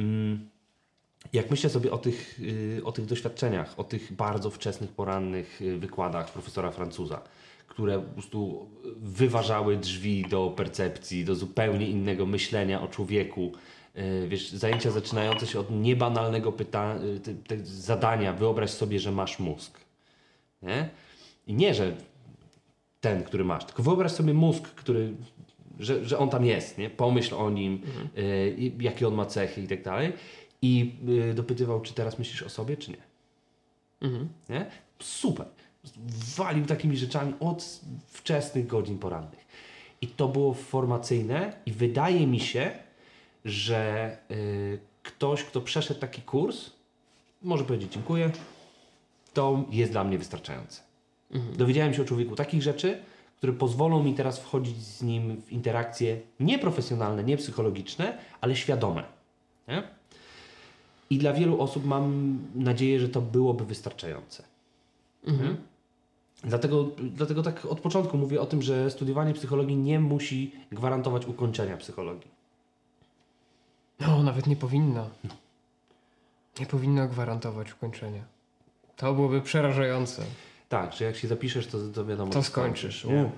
jak myślę sobie o tych doświadczeniach, o tych bardzo wczesnych, porannych wykładach profesora Francuza, które po prostu wyważały drzwi do percepcji, do zupełnie innego myślenia o człowieku. Wiesz, zajęcia zaczynające się od niebanalnego zadania, wyobraź sobie, że masz mózg. Nie? I nie, że ten, który masz, tylko wyobraź sobie mózg, że on tam jest, nie? Pomyśl o nim, jakie on ma cechy i tak dalej. I dopytywał, czy teraz myślisz o sobie, czy nie. Nie? Super. Walił takimi rzeczami od wczesnych godzin porannych. I to było formacyjne i wydaje mi się, że ktoś, kto przeszedł taki kurs, może powiedzieć dziękuję, to jest dla mnie wystarczające. Dowiedziałem się o człowieku takich rzeczy, które pozwolą mi teraz wchodzić z nim w interakcje nie profesjonalne, nie psychologiczne, ale świadome. Nie? I dla wielu osób mam nadzieję, że to byłoby wystarczające. Dlatego tak od początku mówię o tym, że studiowanie psychologii nie musi gwarantować ukończenia psychologii. No, nawet nie powinno. Nie powinno gwarantować ukończenia. To byłoby przerażające. Tak, że jak się zapiszesz, to wiadomo... To skończysz. Nie.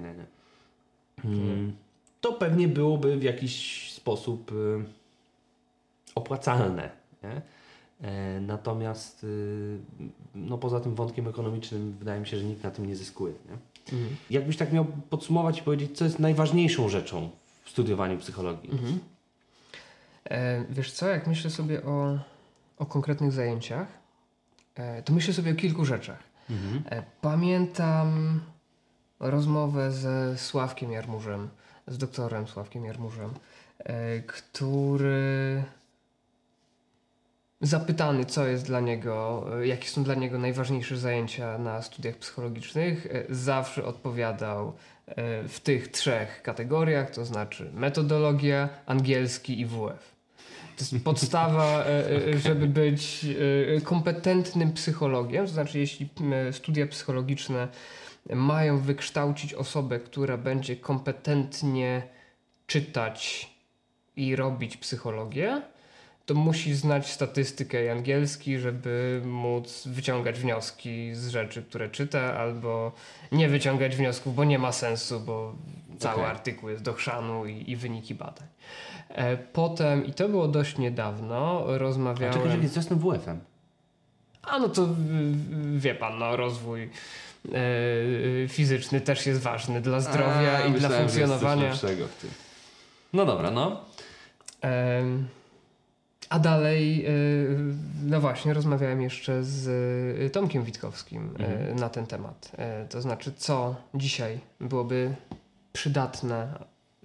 To pewnie byłoby w jakiś sposób opłacalne. Nie? Natomiast no poza tym wątkiem ekonomicznym wydaje mi się, że nikt na tym nie zyskuje. Nie? Jakbyś tak miał podsumować i powiedzieć, co jest najważniejszą rzeczą w studiowaniu psychologii? Wiesz co, jak myślę sobie o konkretnych zajęciach, to myślę sobie o kilku rzeczach. Pamiętam rozmowę ze Sławkiem Jarmużem, z doktorem Sławkiem Jarmużem, który zapytany, co jest dla niego, jakie są dla niego najważniejsze zajęcia na studiach psychologicznych, zawsze odpowiadał w tych 3 kategoriach, to znaczy metodologia, angielski i WF. To jest podstawa, żeby być kompetentnym psychologiem, to znaczy jeśli studia psychologiczne mają wykształcić osobę, która będzie kompetentnie czytać i robić psychologię, to musi znać statystykę i angielski, żeby móc wyciągać wnioski z rzeczy, które czyta, albo nie wyciągać wniosków, bo nie ma sensu, bo cały artykuł jest do chrzanu i wyniki badań. Potem, i to było dość niedawno, rozmawiałem... A czekaj, co z tym WF-em? A no to wie pan, no rozwój fizyczny też jest ważny dla zdrowia i dla funkcjonowania. W tym. No dobra, no. A dalej, no właśnie, rozmawiałem jeszcze z Tomkiem Witkowskim na ten temat. To znaczy, co dzisiaj byłoby przydatne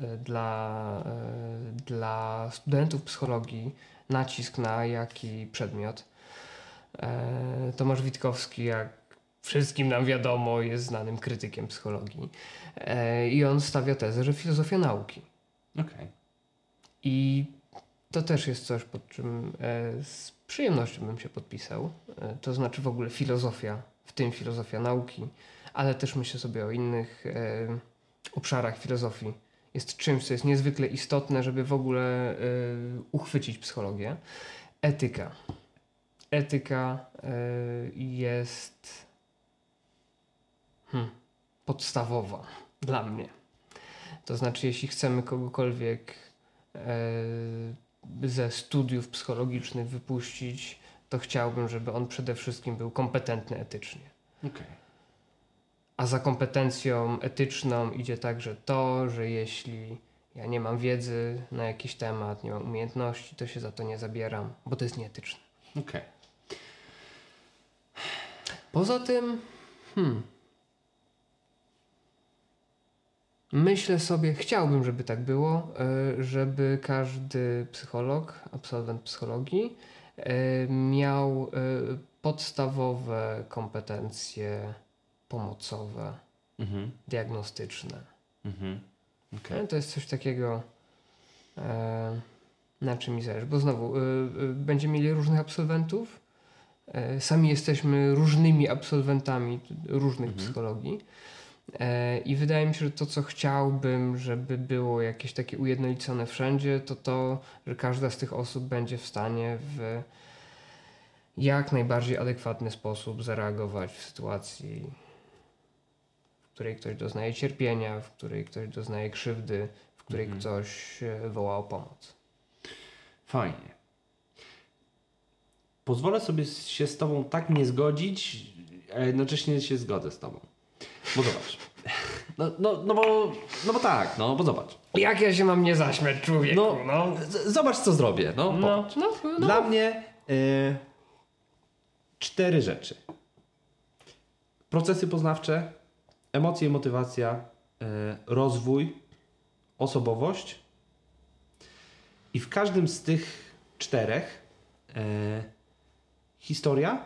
dla studentów psychologii, nacisk na jaki przedmiot. Tomasz Witkowski, jak wszystkim nam wiadomo, jest znanym krytykiem psychologii. I on stawia tezę, że filozofia nauki. Okej. I to też jest coś, pod czym z przyjemnością bym się podpisał. To znaczy w ogóle filozofia, w tym filozofia nauki, ale też myślę sobie o innych obszarach filozofii. Jest czymś, co jest niezwykle istotne, żeby w ogóle uchwycić psychologię. Etyka. Etyka jest podstawowa dla mnie. To znaczy, jeśli chcemy kogokolwiek ze studiów psychologicznych wypuścić, to chciałbym, żeby on przede wszystkim był kompetentny etycznie. Okay. A za kompetencją etyczną idzie także to, że jeśli ja nie mam wiedzy na jakiś temat, nie mam umiejętności, to się za to nie zabieram, bo to jest nieetyczne. Okay. Poza tym myślę sobie, chciałbym, żeby tak było, żeby każdy psycholog, absolwent psychologii miał podstawowe kompetencje pomocowe, diagnostyczne. Okay. To jest coś takiego, na czym mi zależy, bo znowu będziemy mieli różnych absolwentów, sami jesteśmy różnymi absolwentami różnych psychologii. I wydaje mi się, że to, co chciałbym, żeby było jakieś takie ujednolicone wszędzie, to, że każda z tych osób będzie w stanie w jak najbardziej adekwatny sposób zareagować w sytuacji, w której ktoś doznaje cierpienia, w której ktoś doznaje krzywdy, w której ktoś woła o pomoc. Fajnie. Pozwolę sobie się z Tobą tak nie zgodzić, a jednocześnie się zgodzę z Tobą. Bo zobacz. No bo tak, bo zobacz. Jak ja się mam nie zaśmiać, człowieku? Zobacz, co zrobię. Dla mnie 4 rzeczy. Procesy poznawcze, emocje i motywacja, rozwój, osobowość. I w każdym z tych 4 historia,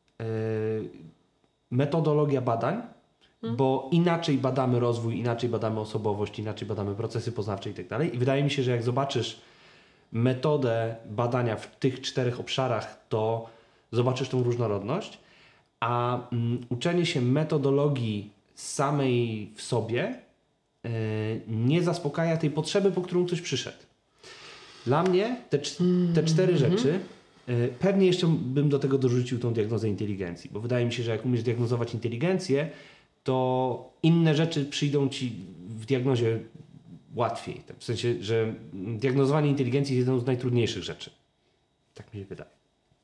metodologia badań, bo inaczej badamy rozwój, inaczej badamy osobowość, inaczej badamy procesy poznawcze i tak dalej. I wydaje mi się, że jak zobaczysz metodę badania w tych 4 obszarach, to zobaczysz tą różnorodność, a uczenie się metodologii samej w sobie nie zaspokaja tej potrzeby, po którą ktoś przyszedł. Dla mnie te 4 rzeczy, pewnie jeszcze bym do tego dorzucił tą diagnozę inteligencji, bo wydaje mi się, że jak umiesz diagnozować inteligencję, to inne rzeczy przyjdą Ci w diagnozie łatwiej. W sensie, że diagnozowanie inteligencji jest jedną z najtrudniejszych rzeczy. Tak mi się wydaje.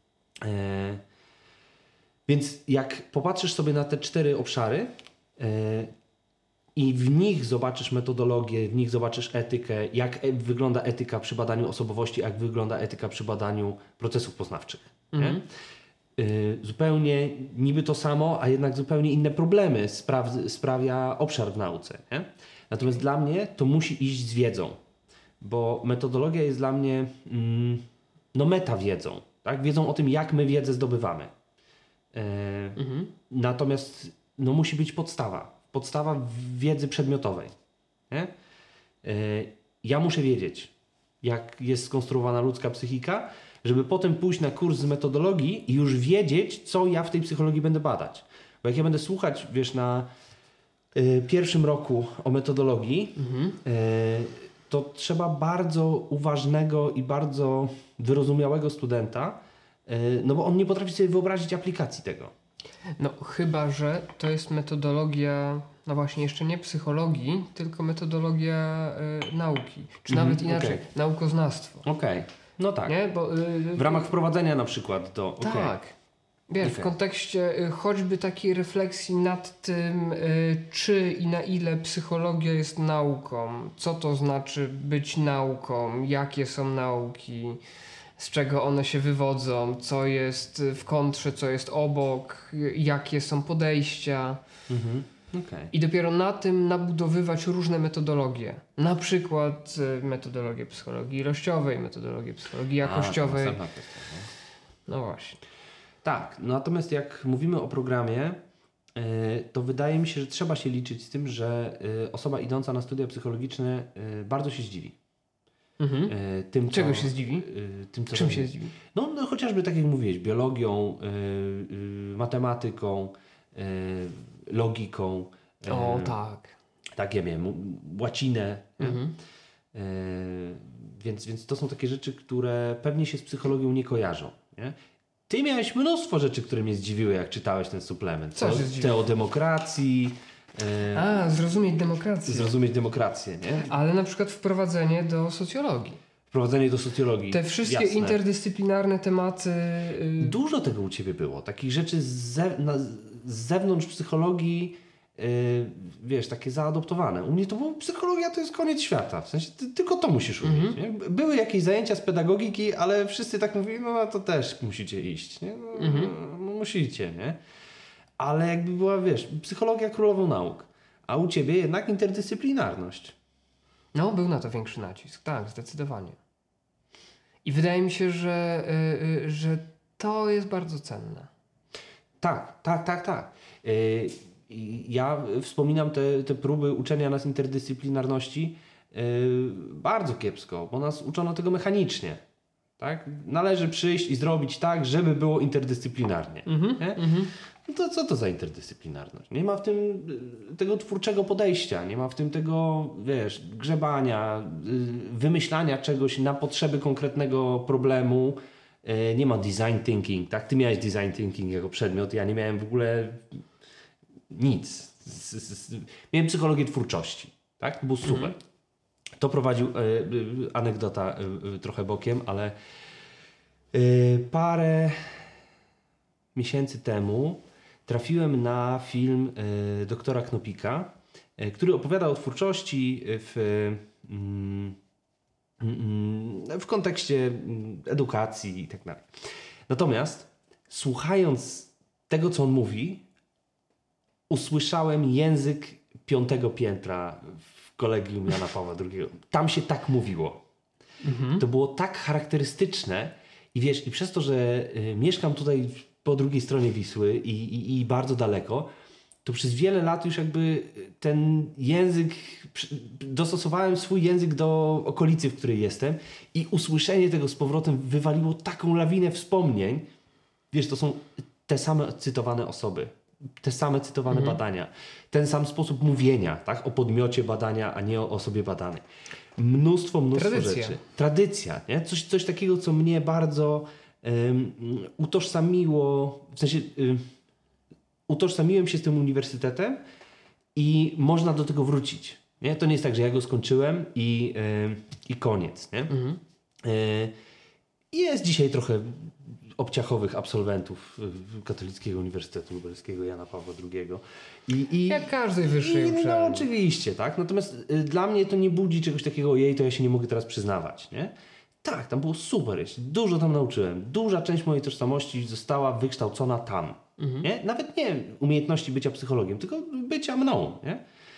Więc jak popatrzysz sobie na te 4 obszary i w nich zobaczysz metodologię, w nich zobaczysz etykę, jak wygląda etyka przy badaniu osobowości, jak wygląda etyka przy badaniu procesów poznawczych. Nie? Zupełnie niby to samo, a jednak zupełnie inne problemy sprawia obszar w nauce. Nie? Natomiast dla mnie to musi iść z wiedzą, bo metodologia jest dla mnie metawiedzą. tak? Wiedzą o tym, jak my wiedzę zdobywamy. Natomiast musi być podstawa wiedzy przedmiotowej. Nie? Ja muszę wiedzieć, jak jest skonstruowana ludzka psychika, żeby potem pójść na kurs z metodologii i już wiedzieć, co ja w tej psychologii będę badać. Bo jak ja będę słuchać, na pierwszym roku o metodologii, to trzeba bardzo uważnego i bardzo wyrozumiałego studenta, bo on nie potrafi sobie wyobrazić aplikacji tego. No chyba, że to jest metodologia, no właśnie jeszcze nie psychologii, tylko metodologia nauki. Czy nawet inaczej, naukoznawstwo. Okej. No tak. Nie? Bo, w ramach wprowadzenia na przykład do... Tak. Wiesz, w kontekście choćby takiej refleksji nad tym, czy i na ile psychologia jest nauką, co to znaczy być nauką, jakie są nauki, z czego one się wywodzą, co jest w kontrze, co jest obok, jakie są podejścia. I dopiero na tym nabudowywać różne metodologie. Na przykład metodologię psychologii ilościowej, metodologię psychologii jakościowej. No właśnie. Tak, natomiast jak mówimy o programie, to wydaje mi się, że trzeba się liczyć z tym, że osoba idąca na studia psychologiczne bardzo się zdziwi. Czego się zdziwi? Czym się zdziwi? No chociażby tak jak mówiłeś, biologią, matematyką, logiką. Tak. Tak, ja miałem łacinę. Więc to są takie rzeczy, które pewnie się z psychologią nie kojarzą. Nie? Ty miałeś mnóstwo rzeczy, które mnie zdziwiły, jak czytałeś ten suplement. Co się zdziwiło? O demokracji. Zrozumieć demokrację. Zrozumieć demokrację, nie? Ale na przykład wprowadzenie do socjologii. Wprowadzenie do socjologii. Te wszystkie interdyscyplinarne tematy. Dużo tego u Ciebie było. Takich rzeczy z zewnątrz psychologii, takie zaadoptowane. U mnie to było, psychologia to jest koniec świata. W sensie tylko to musisz umieć. Nie? Były jakieś zajęcia z pedagogiki, ale wszyscy tak mówili, no to też musicie iść. Nie? Musicie, nie? Ale jakby była, psychologia królową nauk. A u Ciebie jednak interdyscyplinarność. No, był na to większy nacisk. Tak, zdecydowanie. I wydaje mi się, że to jest bardzo cenne. Tak. Ja wspominam te próby uczenia nas interdyscyplinarności bardzo kiepsko, bo nas uczono tego mechanicznie. Tak? Należy przyjść i zrobić tak, żeby było interdyscyplinarnie. No to co to za interdyscyplinarność? Nie ma w tym tego twórczego podejścia, nie ma w tym tego, grzebania, wymyślania czegoś na potrzeby konkretnego problemu. Nie ma design thinking, tak? Ty miałeś design thinking jako przedmiot, ja nie miałem w ogóle nic. Miałem psychologię twórczości, tak? To był super. To prowadził, anegdota trochę bokiem, ale parę miesięcy temu trafiłem na film doktora Knopika, który opowiada o twórczości w kontekście edukacji i tak dalej. Natomiast słuchając tego, co on mówi, usłyszałem język 5. piętra w Kolegium Jana Pawła II. Tam się tak mówiło. To było tak charakterystyczne i przez to, że mieszkam tutaj po drugiej stronie Wisły i bardzo daleko, to przez wiele lat już jakby ten język, dostosowałem swój język do okolicy, w której jestem i usłyszenie tego z powrotem wywaliło taką lawinę wspomnień. To są te same cytowane osoby, te same cytowane badania, ten sam sposób mówienia, tak? O podmiocie badania, a nie o osobie badanej. Mnóstwo rzeczy. Tradycja, nie? Coś takiego, co mnie bardzo utożsamiło, w sensie utożsamiłem się z tym uniwersytetem i można do tego wrócić. Nie? To nie jest tak, że ja go skończyłem i koniec. Nie? Jest dzisiaj trochę obciachowych absolwentów Katolickiego Uniwersytetu Lubelskiego Jana Pawła II. Jak każdej wyższej uczelni. No oczywiście, tak. Natomiast dla mnie to nie budzi czegoś takiego, to ja się nie mogę teraz przyznawać. Nie? Tak, tam było super. Ja się dużo tam nauczyłem. Duża część mojej tożsamości została wykształcona tam. Nie? Nawet nie umiejętności bycia psychologiem, tylko bycia mną. Nie?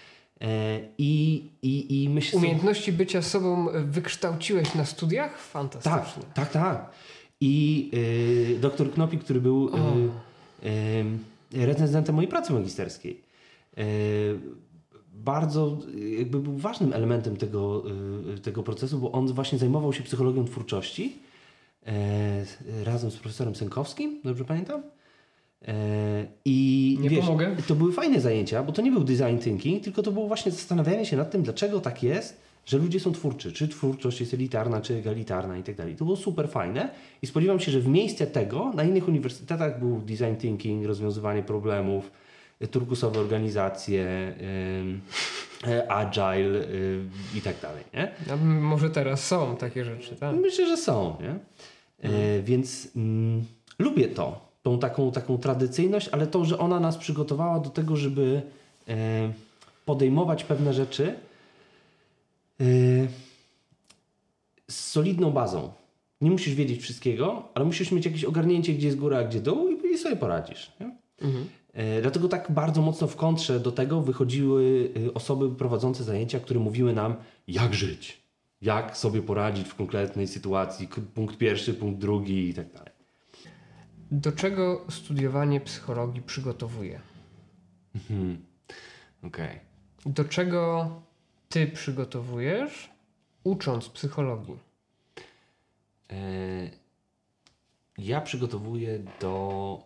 I myślę, umiejętności bycia sobą wykształciłeś na studiach? Fantastyczne. Tak. i doktor Knopik, który był recenzentem mojej pracy magisterskiej. Bardzo jakby był ważnym elementem tego procesu, bo on właśnie zajmował się psychologią twórczości razem z profesorem Sękowskim, dobrze pamiętam? I nie pomogę. To były fajne zajęcia, bo to nie był design thinking, tylko to było właśnie zastanawianie się nad tym, dlaczego tak jest, że ludzie są twórczy. Czy twórczość jest elitarna, czy egalitarna i tak dalej. To było super fajne i spodziewam się, że w miejsce tego na innych uniwersytetach był design thinking, rozwiązywanie problemów, turkusowe organizacje, agile i tak dalej. Nie? No, może teraz są takie rzeczy, tak? Myślę, że są. Nie? Więc lubię tą taką tradycyjność, ale to, że ona nas przygotowała do tego, żeby podejmować pewne rzeczy z solidną bazą. Nie musisz wiedzieć wszystkiego, ale musisz mieć jakieś ogarnięcie, gdzie jest góra, a gdzie dół i sobie poradzisz. Nie? Dlatego tak bardzo mocno w kontrze do tego wychodziły osoby prowadzące zajęcia, które mówiły nam, jak żyć, jak sobie poradzić w konkretnej sytuacji, punkt pierwszy, punkt drugi i tak dalej. Do czego studiowanie psychologii przygotowuje? Okej. Do czego ty przygotowujesz, ucząc psychologii? Ja przygotowuję do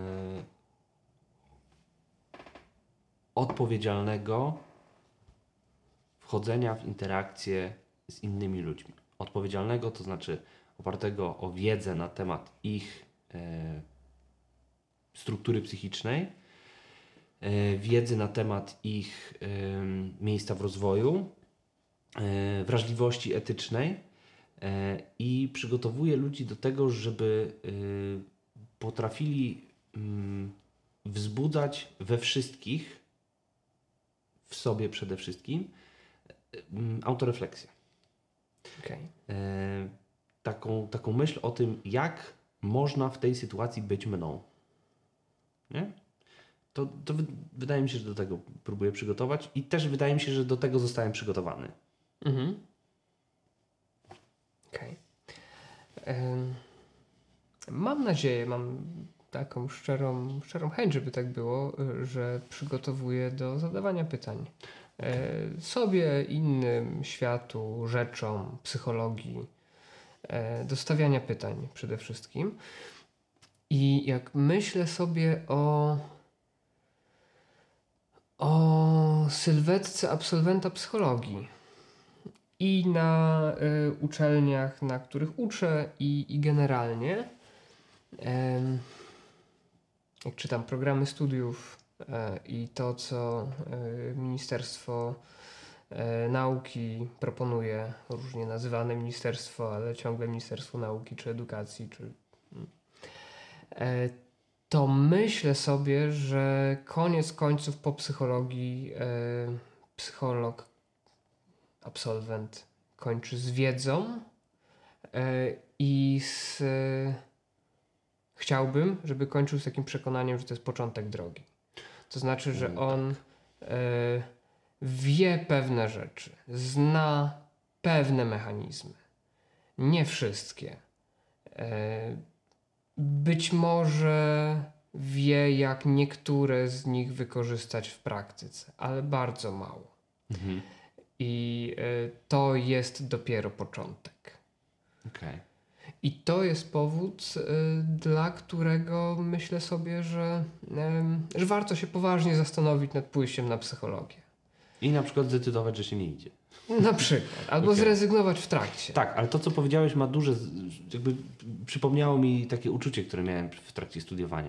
odpowiedzialnego wchodzenia w interakcje z innymi ludźmi. Odpowiedzialnego to znaczy opartego o wiedzę na temat ich struktury psychicznej, wiedzy na temat ich miejsca w rozwoju, wrażliwości etycznej i przygotowuje ludzi do tego, żeby potrafili wzbudzać we wszystkich, w sobie przede wszystkim, autorefleksję. Okay. Taką myśl o tym, jak można w tej sytuacji być mną. Nie? To wydaje mi się, że do tego próbuję przygotować i też wydaje mi się, że do tego zostałem przygotowany. Okej. Mam nadzieję, mam taką szczerą chęć, żeby tak było, że przygotowuję do zadawania pytań. Sobie, innym, światu, rzeczom, psychologii, do stawiania pytań przede wszystkim. I jak myślę sobie o sylwetce absolwenta psychologii i na uczelniach, na których uczę i generalnie, jak czytam programy studiów i to, co Ministerstwo Nauki proponuje, różnie nazywane ministerstwo, ale ciągle Ministerstwo Nauki czy Edukacji, to myślę sobie, że koniec końców po psychologii psycholog, absolwent kończy z wiedzą i chciałbym, żeby kończył z takim przekonaniem, że to jest początek drogi. To znaczy, że on wie pewne rzeczy, zna pewne mechanizmy. Nie wszystkie. Być może wie, jak niektóre z nich wykorzystać w praktyce, ale bardzo mało. I to jest dopiero początek. Okay. I to jest powód, dla którego myślę sobie, że warto się poważnie zastanowić nad pójściem na psychologię. I na przykład zdecydować, że się nie idzie. Na przykład. Albo zrezygnować w trakcie. Tak, ale to, co powiedziałeś, ma duże... Jakby przypomniało mi takie uczucie, które miałem w trakcie studiowania.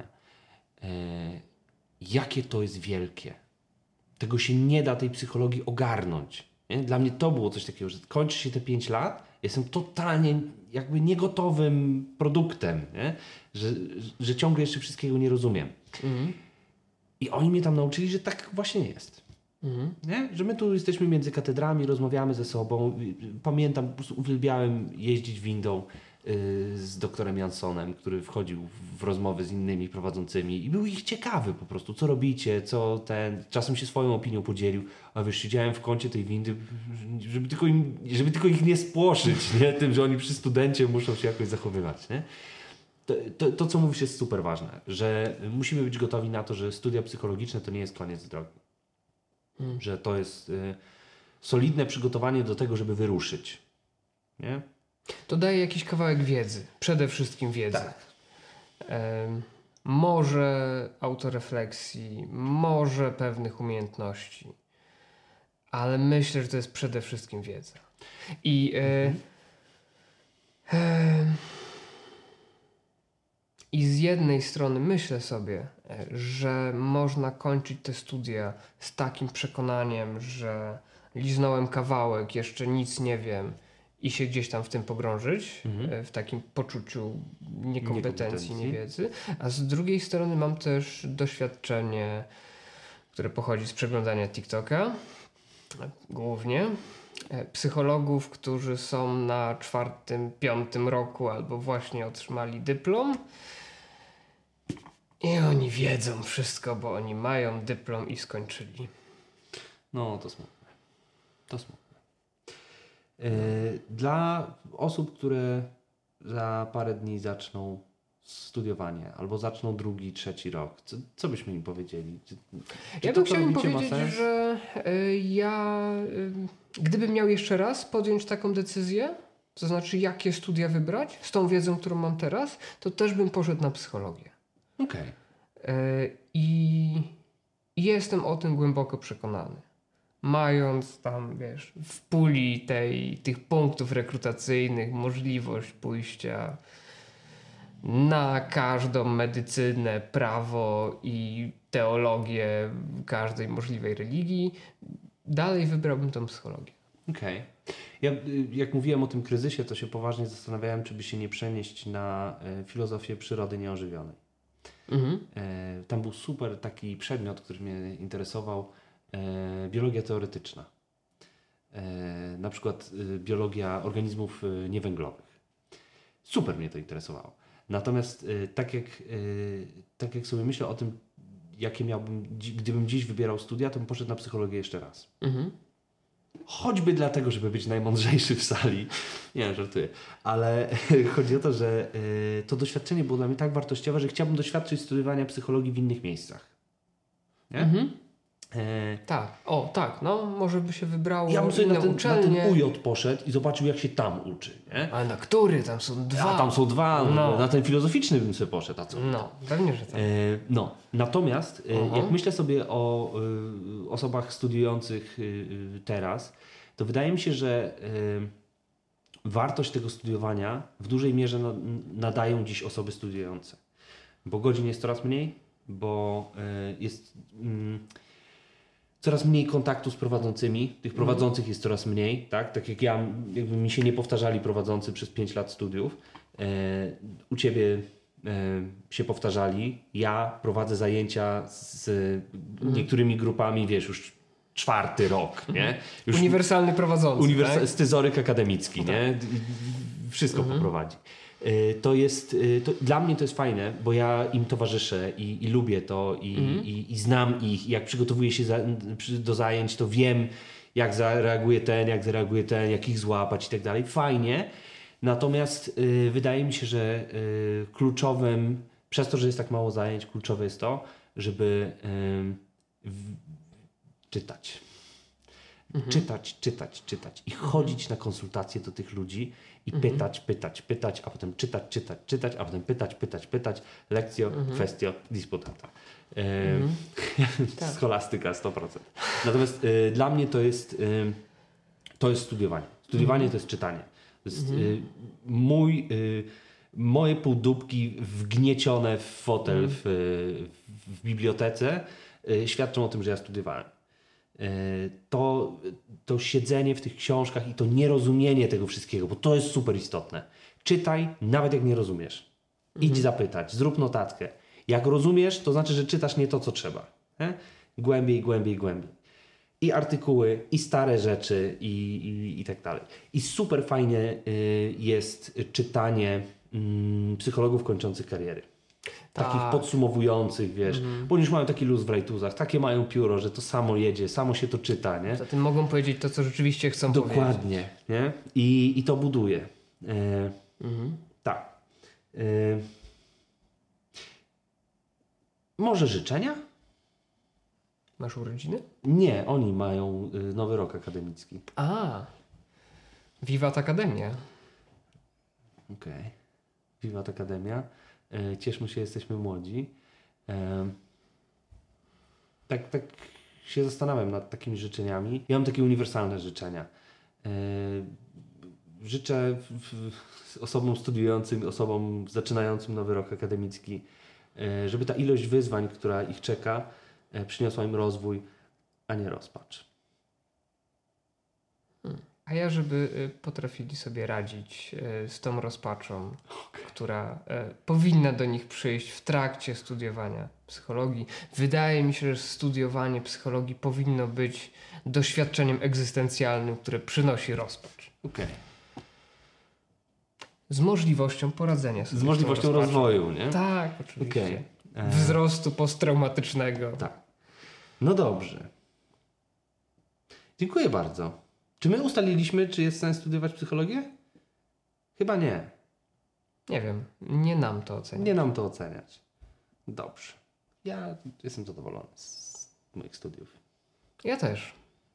Jakie to jest wielkie. Tego się nie da, tej psychologii ogarnąć. Nie? Dla mnie to było coś takiego, że kończy się te 5 lat, jestem totalnie jakby niegotowym produktem, nie? Że ciągle jeszcze wszystkiego nie rozumiem. I oni mnie tam nauczyli, że tak właśnie jest. Nie? Że my tu jesteśmy między katedrami, rozmawiamy ze sobą. Pamiętam, po prostu uwielbiałem jeździć windą z doktorem Jansonem, który wchodził w rozmowy z innymi prowadzącymi i był ich ciekawy po prostu, co robicie, czasem się swoją opinią podzielił, a wiesz, siedziałem w kącie tej windy, żeby tylko ich nie spłoszyć, nie? Tym, że oni przy studencie muszą się jakoś zachowywać, nie? To, co mówisz, jest super ważne, że musimy być gotowi na to, że studia psychologiczne to nie jest koniec drogi. Że to jest solidne przygotowanie do tego, żeby wyruszyć. Nie? To daje jakiś kawałek wiedzy. Przede wszystkim wiedzy. Tak. Może autorefleksji, może pewnych umiejętności. Ale myślę, że to jest przede wszystkim wiedza. I z jednej strony myślę sobie, że można kończyć te studia z takim przekonaniem, że liznąłem kawałek, jeszcze nic nie wiem i się gdzieś tam w tym pogrążyć, w takim poczuciu niekompetencji, niewiedzy. A z drugiej strony mam też doświadczenie, które pochodzi z przeglądania TikToka, głównie. Psychologów, którzy są na 4., 5. roku albo właśnie otrzymali dyplom. I oni wiedzą wszystko, bo oni mają dyplom i skończyli. No, to smutne. To smutne. Dla osób, które za parę dni zaczną studiowanie albo zaczną 2., 3. rok, co byśmy im powiedzieli? Ja bym chciał im powiedzieć, że gdybym miał jeszcze raz podjąć taką decyzję, to znaczy jakie studia wybrać z tą wiedzą, którą mam teraz, to też bym poszedł na psychologię. Okej. I jestem o tym głęboko przekonany. Mając tam, wiesz, w puli tych punktów rekrutacyjnych możliwość pójścia na każdą medycynę, prawo i teologię każdej możliwej religii, dalej wybrałbym tą psychologię. Okej. Ja, jak mówiłem o tym kryzysie, to się poważnie zastanawiałem, czy by się nie przenieść na filozofię przyrody nieożywionej. Tam był super taki przedmiot, który mnie interesował, biologia teoretyczna. Na przykład biologia organizmów niewęglowych. Super mnie to interesowało. Natomiast tak jak sobie myślę o tym, jakie gdybym dziś wybierał studia, to bym poszedł na psychologię jeszcze raz. Choćby dlatego, żeby być najmądrzejszy w sali. Nie, żartuję. Ale chodzi o to, że to doświadczenie było dla mnie tak wartościowe, że chciałbym doświadczyć studiowania psychologii w innych miejscach. Nie? Tak. Tak. No, może by się wybrało ja bym sobie inne na ten uczelnie. UJ poszedł i zobaczył, jak się tam uczy. Nie? Ale na który? Tam są 2. A tam są 2. No. Na ten filozoficzny bym sobie poszedł. A co? No, pewnie, że tak. Natomiast jak myślę sobie o osobach studiujących teraz, to wydaje mi się, że wartość tego studiowania w dużej mierze nadają dziś osoby studiujące. Bo godzin jest coraz mniej, bo jest coraz mniej kontaktu z prowadzącymi. Tych prowadzących jest coraz mniej. Tak jak ja, jakby mi się nie powtarzali prowadzący przez 5 lat studiów. U Ciebie się powtarzali. Ja prowadzę zajęcia z niektórymi grupami, wiesz, już 4. rok, nie? Już uniwersalny prowadzący, tak? Scyzoryk akademicki, tak. Nie? Wszystko poprowadzi. Dla mnie to jest fajne, bo ja im towarzyszę i lubię to i znam ich. I jak przygotowuję się do zajęć, to wiem, jak zareaguje ten, jak ich złapać i tak dalej. Fajnie. Natomiast wydaje mi się, że kluczowym, przez to, że jest tak mało zajęć, kluczowe jest to, żeby czytać. Czytać i chodzić na konsultacje do tych ludzi i pytać, a potem czytać, a potem pytać, lekcjo, kwestio, disputata. Scholastyka 100%. Natomiast dla mnie to jest studiowanie. Studiowanie to jest czytanie. To jest moje półdubki wgniecione w fotel w bibliotece świadczą o tym, że ja studiowałem. To siedzenie w tych książkach i to nierozumienie tego wszystkiego, bo to jest super istotne. Czytaj, nawet jak nie rozumiesz. Idź zapytać, zrób notatkę. Jak rozumiesz, to znaczy, że czytasz nie to, co trzeba. Głębiej. i artykuły, i stare rzeczy, i tak dalej. I super fajnie jest czytanie psychologów kończących kariery. Takich podsumowujących, wiesz, bo już mają taki luz w rajtuzach, takie mają pióro, że to samo jedzie, samo się to czyta, nie? Zatem mogą powiedzieć to, co rzeczywiście chcą powiedzieć. Dokładnie, nie? I to buduje. Tak. Może życzenia? Masz urodziny? Nie, oni mają nowy rok akademicki. Wiwat Akademia. Okej. Wiwat Akademia. Cieszmy się, jesteśmy młodzi. Tak się zastanawiam nad takimi życzeniami. Ja mam takie uniwersalne życzenia. Życzę osobom studiującym, osobom zaczynającym nowy rok akademicki, żeby ta ilość wyzwań, która ich czeka, przyniosła im rozwój, a nie rozpacz. A ja, żeby potrafili sobie radzić z tą rozpaczą, która powinna do nich przyjść w trakcie studiowania psychologii. Wydaje mi się, że studiowanie psychologii powinno być doświadczeniem egzystencjalnym, które przynosi rozpacz. Z możliwością poradzenia sobie z możliwością rozwoju, nie? Tak, oczywiście. Wzrostu posttraumatycznego. Tak. No dobrze. Dziękuję bardzo. Czy my ustaliliśmy, czy jest sens studiować psychologię? Chyba nie. Nie wiem. Nie nam to oceniać. Nie nam to oceniać. Dobrze. Ja jestem zadowolony z moich studiów. Ja też.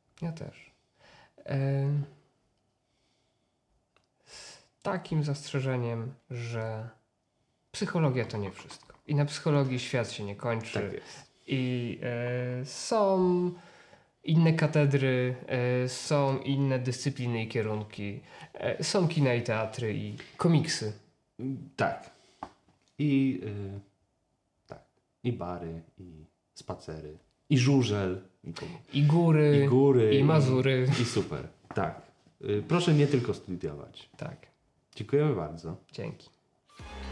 Z takim zastrzeżeniem, że psychologia to nie wszystko. I na psychologii świat się nie kończy. Tak jest. I są inne katedry, są inne dyscypliny i kierunki, są kina i teatry i komiksy. Tak. I tak. I bary, i spacery, i żużel. I góry, i Mazury. I super. Tak. Proszę nie tylko studiować. Tak. Dziękujemy bardzo. Dzięki.